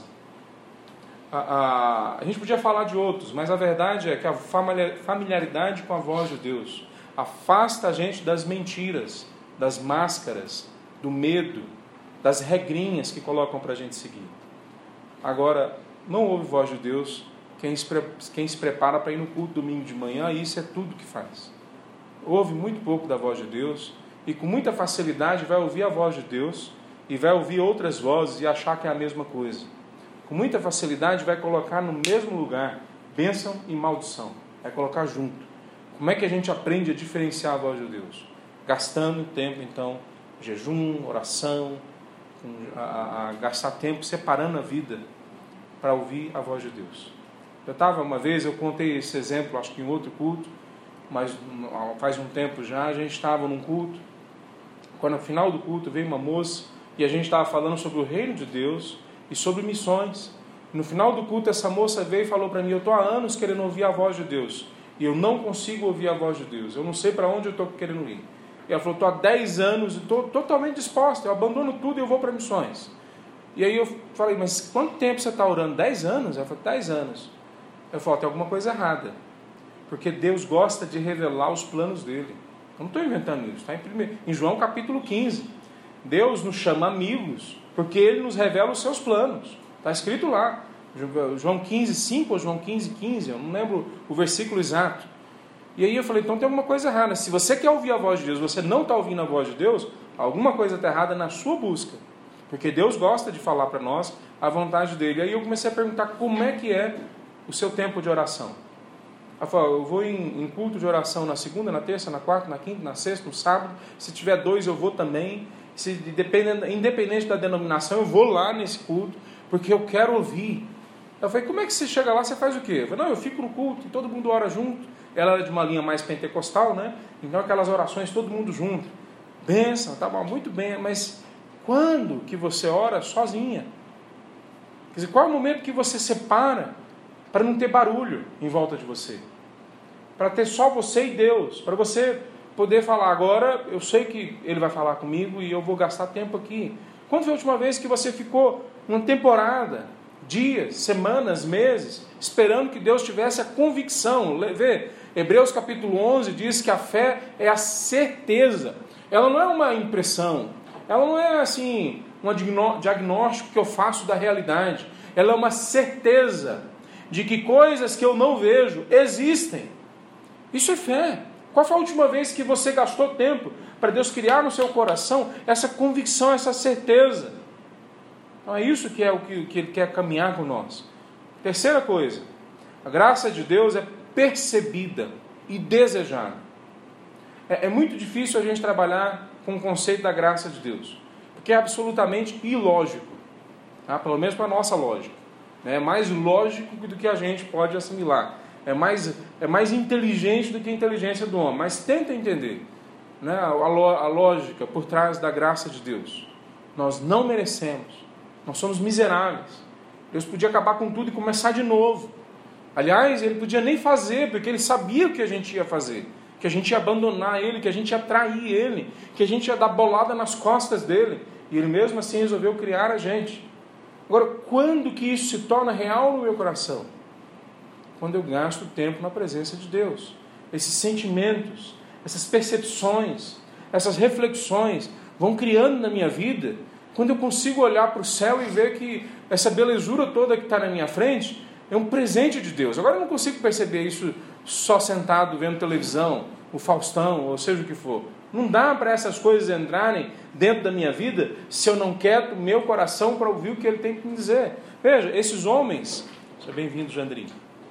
A, a, a gente podia falar de outros, mas a verdade é que a familiaridade com a voz de Deus afasta a gente das mentiras, das máscaras, do medo, das regrinhas que colocam para a gente seguir. Agora, não ouve voz de Deus quem se, quem se prepara para ir no culto domingo de manhã, e isso é tudo que faz. Ouve muito pouco da voz de Deus e com muita facilidade vai ouvir a voz de Deus e vai ouvir outras vozes e achar que é a mesma coisa. Com muita facilidade vai colocar no mesmo lugar bênção e maldição. Vai colocar junto. Como é que a gente aprende a diferenciar a voz de Deus? Gastando tempo, então, jejum, oração, a, a, a gastar tempo separando a vida para ouvir a voz de Deus. Eu estava uma vez, eu contei esse exemplo, acho que em outro culto, mas faz um tempo já, a gente estava num culto, quando no final do culto veio uma moça, e a gente estava falando sobre o reino de Deus e sobre missões. No final do culto, essa moça veio e falou para mim, eu estou há anos querendo ouvir a voz de Deus, e eu não consigo ouvir a voz de Deus, eu não sei para onde eu estou querendo ir. E ela falou, estou há dez anos e estou totalmente disposta, eu abandono tudo e eu vou para missões. E aí eu falei, mas quanto tempo você está orando? dez anos? Ela falou, dez anos. Eu falei, tem alguma coisa errada, porque Deus gosta de revelar os planos dele. Eu não estou inventando isso, está em, primeiro, em João capítulo quinze. Deus nos chama amigos, porque Ele nos revela os seus planos. Está escrito lá, João quinze, cinco ou João quinze, quinze, eu não lembro o versículo exato. E aí eu falei, então tem alguma coisa errada. Se você quer ouvir a voz de Deus, você não está ouvindo a voz de Deus, alguma coisa está errada na sua busca. Porque Deus gosta de falar para nós a vontade dEle. Aí eu comecei a perguntar como é que é o seu tempo de oração. Ela falou, eu vou em, em culto de oração na segunda, na terça, na quarta, na quinta, na sexta, no sábado. Se tiver dois eu vou também. Se, dependendo, independente da denominação, eu vou lá nesse culto, porque eu quero ouvir. Eu falei, como é que você chega lá, você faz o quê? Eu falei, não, eu fico no culto e todo mundo ora junto. Ela era de uma linha mais pentecostal, né? Então aquelas orações, todo mundo junto. Bênção, tá bom, muito bem, mas quando que você ora sozinha? Quer dizer, qual é o momento que você separa para não ter barulho em volta de você? Para ter só você e Deus, para você poder falar, agora eu sei que Ele vai falar comigo e eu vou gastar tempo aqui. Quando foi a última vez que você ficou uma temporada, dias, semanas, meses, esperando que Deus tivesse a convicção? Vê, Hebreus capítulo onze diz que a fé é a certeza. Ela não é uma impressão, ela não é assim um diagnóstico que eu faço da realidade. Ela é uma certeza de que coisas que eu não vejo existem. Isso é fé. Qual foi a última vez que você gastou tempo para Deus criar no seu coração essa convicção, essa certeza? Então é isso que é o que, que Ele quer caminhar com nós. Terceira coisa, a graça de Deus é percebida e desejada. É, é muito difícil a gente trabalhar com o conceito da graça de Deus, porque é absolutamente ilógico, tá? Pelo menos para a nossa lógica. É mais lógico do que a gente pode assimilar. É mais, é mais inteligente do que a inteligência do homem. Mas tenta entender, né, a, a lógica por trás da graça de Deus. Nós não merecemos. Nós somos miseráveis. Deus podia acabar com tudo e começar de novo. Aliás, Ele podia nem fazer, porque Ele sabia o que a gente ia fazer. Que a gente ia abandonar Ele, que a gente ia trair Ele, que a gente ia dar bolada nas costas dEle. E Ele mesmo assim resolveu criar a gente. Agora, quando que isso se torna real no meu coração? Quando eu gasto tempo na presença de Deus. Esses sentimentos, essas percepções, essas reflexões vão criando na minha vida. Quando eu consigo olhar para o céu e ver que essa belezura toda que está na minha frente é um presente de Deus. Agora eu não consigo perceber isso só sentado vendo televisão, o Faustão, ou seja o que for. Não dá para essas coisas entrarem dentro da minha vida se eu não quieto o meu coração para ouvir o que Ele tem para me dizer. Veja, esses homens... Seja bem-vindo, Jandrinho.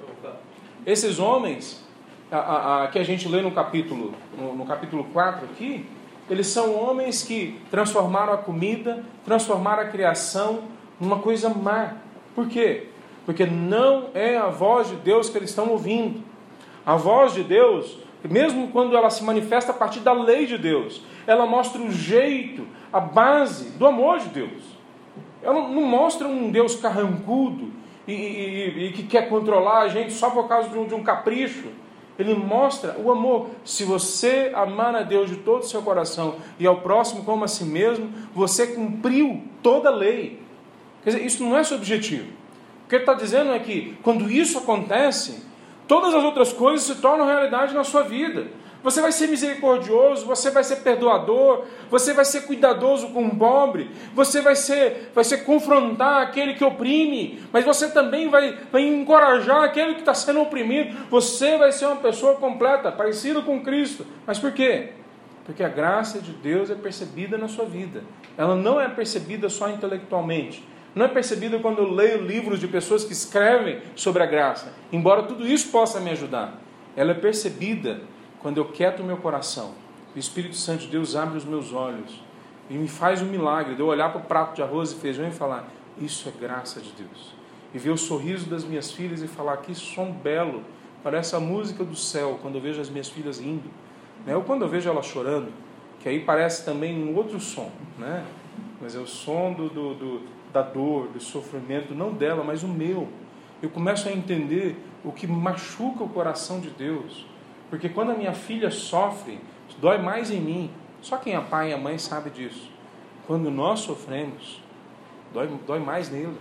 Esses homens a, a, a, que a gente lê no capítulo, no, no capítulo quatro aqui, eles são homens que transformaram a comida, transformaram a criação numa coisa má. Por quê? Porque não é a voz de Deus que eles estão ouvindo. A voz de Deus, mesmo quando ela se manifesta a partir da lei de Deus, ela mostra o jeito, a base do amor de Deus. Ela não mostra um Deus carrancudo e, e, e que quer controlar a gente só por causa de um, de um capricho. Ele mostra o amor. Se você amar a Deus de todo o seu coração e ao próximo como a si mesmo, você cumpriu toda a lei. Quer dizer, isso não é subjetivo. O que ele está dizendo é que quando isso acontece, todas as outras coisas se tornam realidade na sua vida. Você vai ser misericordioso, você vai ser perdoador, você vai ser cuidadoso com o pobre, você vai ser, vai ser confrontar aquele que oprime, mas você também vai, vai encorajar aquele que está sendo oprimido. Você vai ser uma pessoa completa, parecida com Cristo. Mas por quê? Porque a graça de Deus é percebida na sua vida. Ela não é percebida só intelectualmente. Não é percebida quando eu leio livros de pessoas que escrevem sobre a graça. Embora tudo isso possa me ajudar. Ela é percebida quando eu quieto o meu coração. O Espírito Santo de Deus abre os meus olhos e me faz um milagre de eu olhar para o prato de arroz e feijão e falar: isso é graça de Deus. E ver o sorriso das minhas filhas e falar: que som belo, parece a música do céu quando eu vejo as minhas filhas rindo, né? Ou quando eu vejo elas chorando, que aí parece também um outro som, né? Mas é o som do, do, do, da dor, do sofrimento, não dela, mas o meu. Eu começo a entender o que machuca o coração de Deus. Porque quando a minha filha sofre, dói mais em mim. Só quem é pai e a mãe sabe disso. Quando nós sofremos, dói, dói mais nele.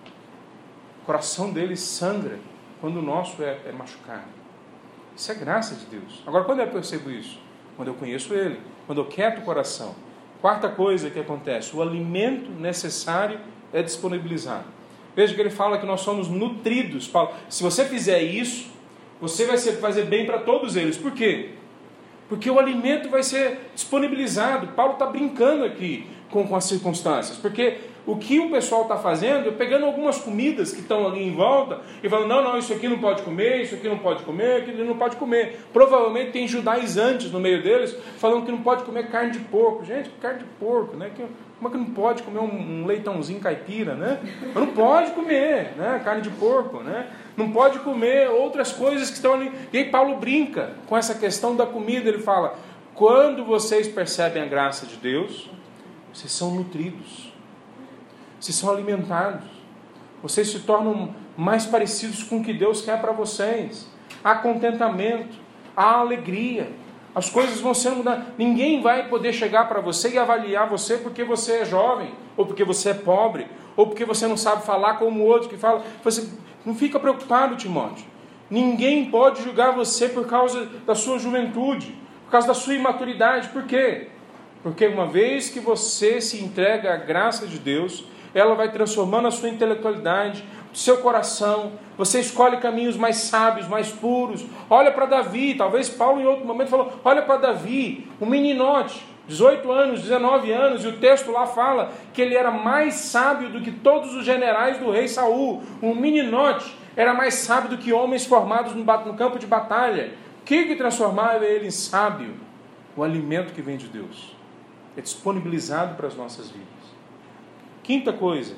O coração dele sangra quando o nosso é, é machucado. Isso é graça de Deus. Agora, quando eu percebo isso? Quando eu conheço Ele, quando eu quieto o coração. Quarta coisa que acontece: o alimento necessário é disponibilizado. Veja que ele fala que nós somos nutridos. Paulo, se você fizer isso, você vai fazer bem para todos eles. Por quê? Porque o alimento vai ser disponibilizado. Paulo está brincando aqui com, com as circunstâncias. Porque o que o pessoal está fazendo é pegando algumas comidas que estão ali em volta e falando: não, não, isso aqui não pode comer, isso aqui não pode comer, aquilo não pode comer. Provavelmente tem judaizantes no meio deles falando que não pode comer carne de porco. Gente, carne de porco, né? Como é que não pode comer um, um leitãozinho caipira, né? Mas não pode comer, né? Carne de porco, né? Não pode comer outras coisas que estão ali. E aí Paulo brinca com essa questão da comida. Ele fala: quando vocês percebem a graça de Deus, vocês são nutridos, vocês são alimentados, vocês se tornam mais parecidos com o que Deus quer para vocês. Há contentamento, há alegria, as coisas vão sendo mudadas. Ninguém vai poder chegar para você e avaliar você porque você é jovem, ou porque você é pobre, ou porque você não sabe falar como o outro que fala. Você não fica preocupado, Timóteo. Ninguém pode julgar você por causa da sua juventude, por causa da sua imaturidade. Por quê? Porque uma vez que você se entrega à graça de Deus, ela vai transformando a sua intelectualidade, o seu coração. Você escolhe caminhos mais sábios, mais puros. Olha para Davi. Talvez Paulo em outro momento falou: olha para Davi, um meninote, dezoito anos, dezenove anos, e o texto lá fala que ele era mais sábio do que todos os generais do rei Saul. Um meninote era mais sábio do que homens formados no campo de batalha. O que, que transformava ele em sábio? O alimento que vem de Deus. É disponibilizado para as nossas vidas. Quinta coisa: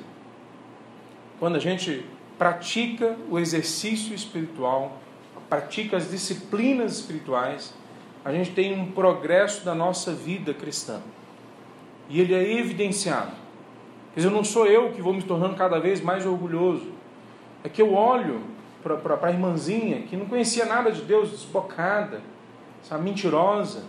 quando a gente pratica o exercício espiritual, pratica as disciplinas espirituais, a gente tem um progresso da nossa vida cristã. E ele é evidenciado Quer dizer, não sou eu que vou me tornando cada vez mais orgulhoso. É que eu olho para a irmãzinha que não conhecia nada de Deus, desbocada, sabe, mentirosa,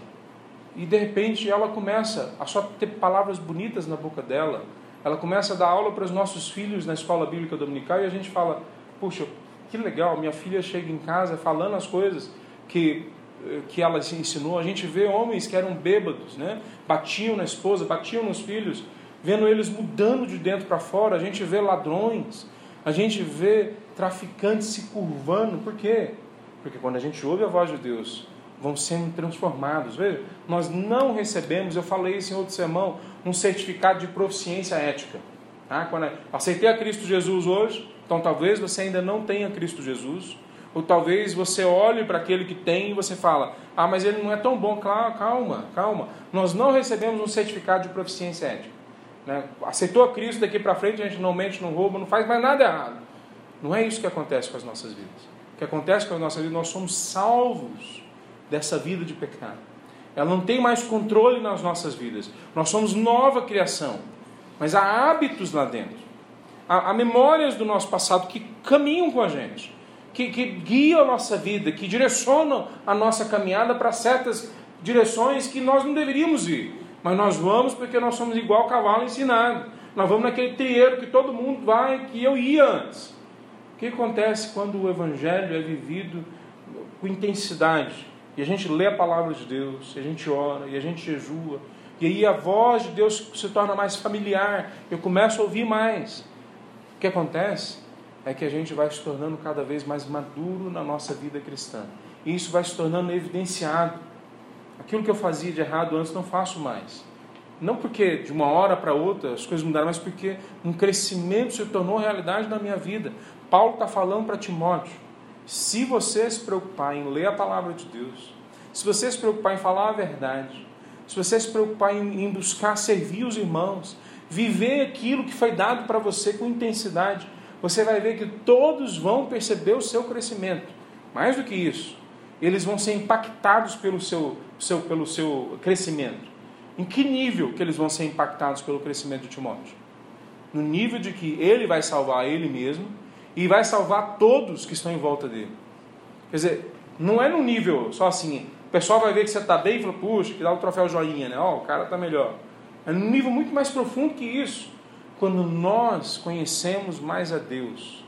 e de repente ela começa a só ter palavras bonitas na boca dela. Ela começa a dar aula para os nossos filhos na escola bíblica dominical e a gente fala, puxa, que legal, minha filha chega em casa falando as coisas que, que ela se ensinou. A gente vê homens que eram bêbados, né? Batiam na esposa, batiam nos filhos, vendo eles mudando de dentro para fora. A gente vê ladrões, a gente vê traficantes se curvando. Por quê? Porque quando a gente ouve a voz de Deus, vão sendo transformados. Veja, nós não recebemos, eu falei isso em outro sermão, um certificado de proficiência ética. Tá? Quando eu aceitei a Cristo Jesus hoje, então talvez você ainda não tenha Cristo Jesus, ou talvez você olhe para aquele que tem e você fala, ah, mas ele não é tão bom. Calma, calma. Nós não recebemos um certificado de proficiência ética. Né? Aceitou a Cristo, daqui para frente a gente não mente, não rouba, não faz mais nada errado. Não é isso que acontece com as nossas vidas. O que acontece com as nossas vidas, nós somos salvos dessa vida de pecado. Ela não tem mais controle nas nossas vidas. Nós somos nova criação. Mas há hábitos lá dentro. Há, há memórias do nosso passado que caminham com a gente. Que, que guiam a nossa vida. Que direcionam a nossa caminhada para certas direções que nós não deveríamos ir. Mas nós vamos porque nós somos igual cavalo ensinado. Nós vamos naquele trieiro que todo mundo vai, que eu ia antes. O que acontece quando o Evangelho é vivido com intensidade? E a gente lê a palavra de Deus, e a gente ora, e a gente jejua, e aí a voz de Deus se torna mais familiar, eu começo a ouvir mais. O que acontece é que a gente vai se tornando cada vez mais maduro na nossa vida cristã. E isso vai se tornando evidenciado. Aquilo que eu fazia de errado antes, não faço mais. Não porque de uma hora para outra as coisas mudaram, mas porque um crescimento se tornou realidade na minha vida. Paulo está falando para Timóteo, se você se preocupar em ler a palavra de Deus, se você se preocupar em falar a verdade, se você se preocupar em, em buscar servir os irmãos, viver aquilo que foi dado para você com intensidade, você vai ver que todos vão perceber o seu crescimento. Mais do que isso, eles vão ser impactados pelo seu, seu, pelo seu crescimento. Em que nível que eles vão ser impactados pelo crescimento de Timóteo? No nível de que ele vai salvar ele mesmo, e vai salvar todos que estão em volta dele. Quer dizer, não é no nível só assim, o pessoal vai ver que você está bem e fala, puxa, que dá o troféu joinha, né? Ó, oh, o cara está melhor. É num nível muito mais profundo que isso. Quando nós conhecemos mais a Deus,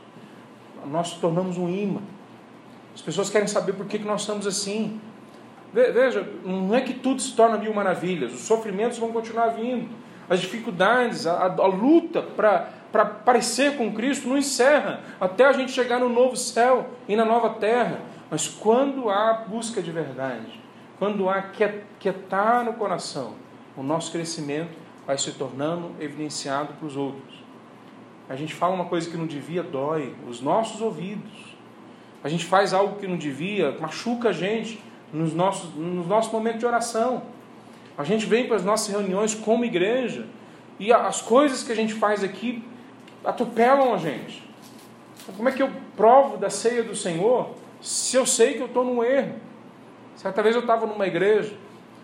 nós nos tornamos um imã. As pessoas querem saber por que nós estamos assim. Veja, não é que tudo se torna mil maravilhas. Os sofrimentos vão continuar vindo. As dificuldades, a, a, a luta para... para parecer com Cristo, não encerra até a gente chegar no novo céu e na nova terra. Mas quando há busca de verdade, quando há quietar no coração, o nosso crescimento vai se tornando evidenciado para os outros. A gente fala uma coisa que não devia, dói os nossos ouvidos. A gente faz algo que não devia, machuca a gente nos nossos, nos nossos momentos de oração. A gente vem para as nossas reuniões como igreja e as coisas que a gente faz aqui atropelam a gente. Como é que eu provo da ceia do Senhor se eu sei que eu estou num erro? Certa vez eu estava numa igreja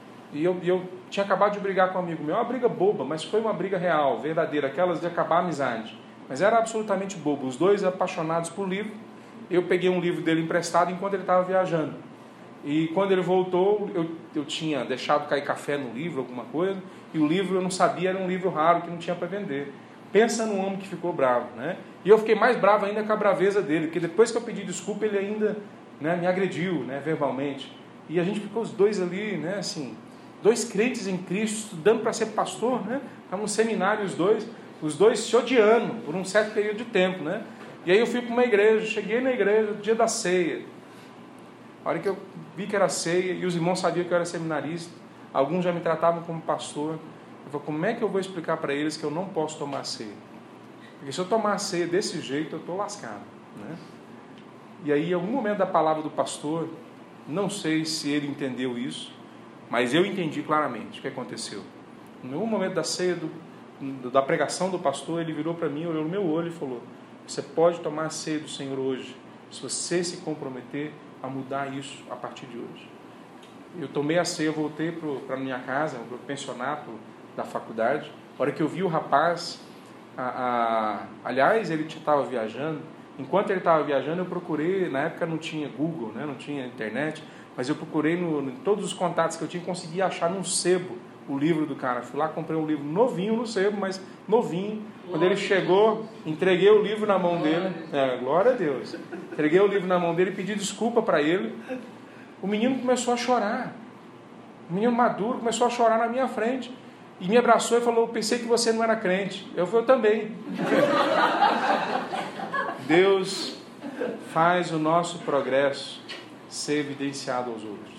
e eu, e eu tinha acabado de brigar com um amigo meu. Uma briga boba, mas foi uma briga real, verdadeira, aquelas de acabar a amizade. Mas era absolutamente bobo. Os dois apaixonados por livro. Eu peguei um livro dele emprestado enquanto ele estava viajando. E quando ele voltou, eu, eu tinha deixado cair café no livro, alguma coisa, e o livro eu não sabia, era um livro raro que não tinha para vender. Pensa num homem que ficou bravo, né? E eu fiquei mais bravo ainda com a braveza dele, porque depois que eu pedi desculpa, ele ainda, né, me agrediu, né, verbalmente. E a gente ficou os dois ali, né, assim, dois crentes em Cristo, estudando para ser pastor, né? Estavam no seminário os dois, os dois se odiando por um certo período de tempo, né? E aí eu fui para uma igreja, cheguei na igreja no dia da ceia. A hora que eu vi que era ceia, e os irmãos sabiam que eu era seminarista, alguns já me tratavam como pastor. Eu falei, como é que eu vou explicar para eles que eu não posso tomar ceia? Porque se eu tomar ceia desse jeito, eu estou lascado, né? E aí, em algum momento da palavra do pastor, não sei se ele entendeu isso, mas eu entendi claramente o que aconteceu. No algum momento da ceia, do, da pregação do pastor, ele virou para mim, olhou no meu olho e falou, você pode tomar a ceia do Senhor hoje, se você se comprometer a mudar isso a partir de hoje. Eu tomei a ceia, voltei para a minha casa, para o pensionato da faculdade. A hora que eu vi o rapaz, A, a, aliás, ele estava viajando. Enquanto ele estava viajando, eu procurei. Na época não tinha Google, né? Não tinha internet. Mas eu procurei no, em todos os contatos que eu tinha, consegui achar num sebo o livro do cara. Fui lá, comprei um livro novinho no sebo, mas novinho. Quando ele chegou, entreguei o livro na mão dele. É, glória a Deus. Entreguei o livro na mão dele e pedi desculpa para ele. O menino começou a chorar. O menino maduro começou a chorar na minha frente. E me abraçou e falou: pensei que você não era crente. Eu falei: eu também. Deus faz o nosso progresso ser evidenciado aos outros.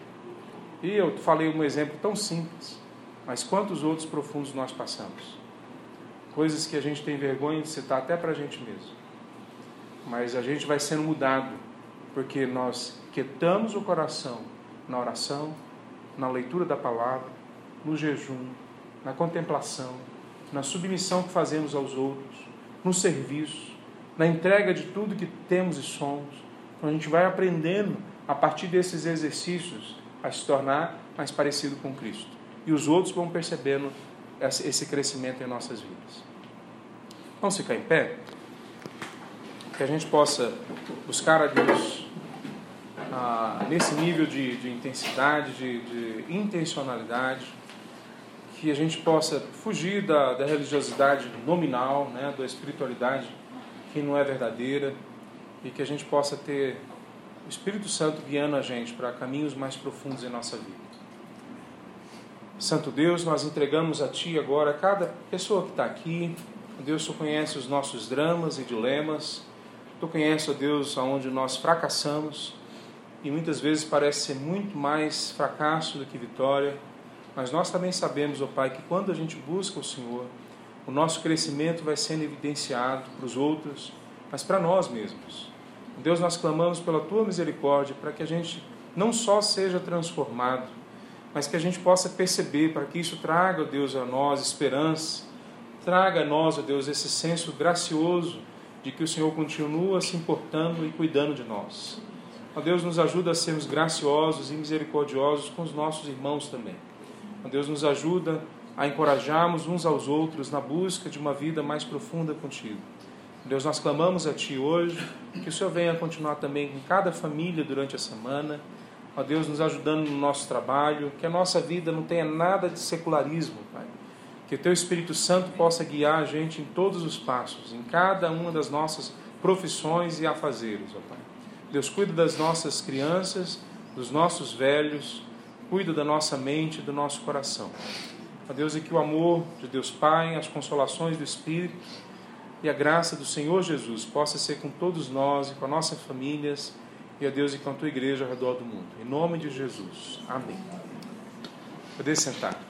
E eu falei um exemplo tão simples, mas quantos outros profundos nós passamos. Coisas que a gente tem vergonha de citar até para a gente mesmo. Mas a gente vai sendo mudado, porque nós quietamos o coração na oração, na leitura da palavra, no jejum, na contemplação, na submissão que fazemos aos outros, no serviço, na entrega de tudo que temos e somos. Então a gente vai aprendendo, a partir desses exercícios, a se tornar mais parecido com Cristo. E os outros vão percebendo esse crescimento em nossas vidas. Vamos ficar em pé? Que a gente possa buscar a Deus ah, nesse nível de, de intensidade, de, de intencionalidade, que a gente possa fugir da, da religiosidade nominal, né, da espiritualidade que não é verdadeira, e que a gente possa ter o Espírito Santo guiando a gente para caminhos mais profundos em nossa vida. Santo Deus, nós entregamos a Ti agora cada pessoa que está aqui. Deus, Tu conhece os nossos dramas e dilemas. Tu conhece, ó Deus, aonde nós fracassamos, e muitas vezes parece ser muito mais fracasso do que vitória. Mas nós também sabemos, ó Pai, que quando a gente busca o Senhor, o nosso crescimento vai sendo evidenciado para os outros, mas para nós mesmos. Deus, nós clamamos pela Tua misericórdia para que a gente não só seja transformado, mas que a gente possa perceber, para que isso traga, ó Deus, a nós esperança, traga a nós, ó Deus, esse senso gracioso de que o Senhor continua se importando e cuidando de nós. Ó Deus, nos ajuda a sermos graciosos e misericordiosos com os nossos irmãos também. Ó Deus, nos ajuda a encorajarmos uns aos outros na busca de uma vida mais profunda contigo. Deus, nós clamamos a Ti hoje, que o Senhor venha continuar também com cada família durante a semana. Ó Deus, nos ajudando no nosso trabalho, que a nossa vida não tenha nada de secularismo, Pai. Que o Teu Espírito Santo possa guiar a gente em todos os passos, em cada uma das nossas profissões e afazeres, ó Pai. Deus, cuida das nossas crianças, dos nossos velhos, cuida da nossa mente e do nosso coração. Ó Deus, e que o amor de Deus Pai, as consolações do Espírito e a graça do Senhor Jesus possa ser com todos nós e com as nossas famílias, e ó Deus, e com a Tua igreja ao redor do mundo. Em nome de Jesus. Amém. Poder sentar.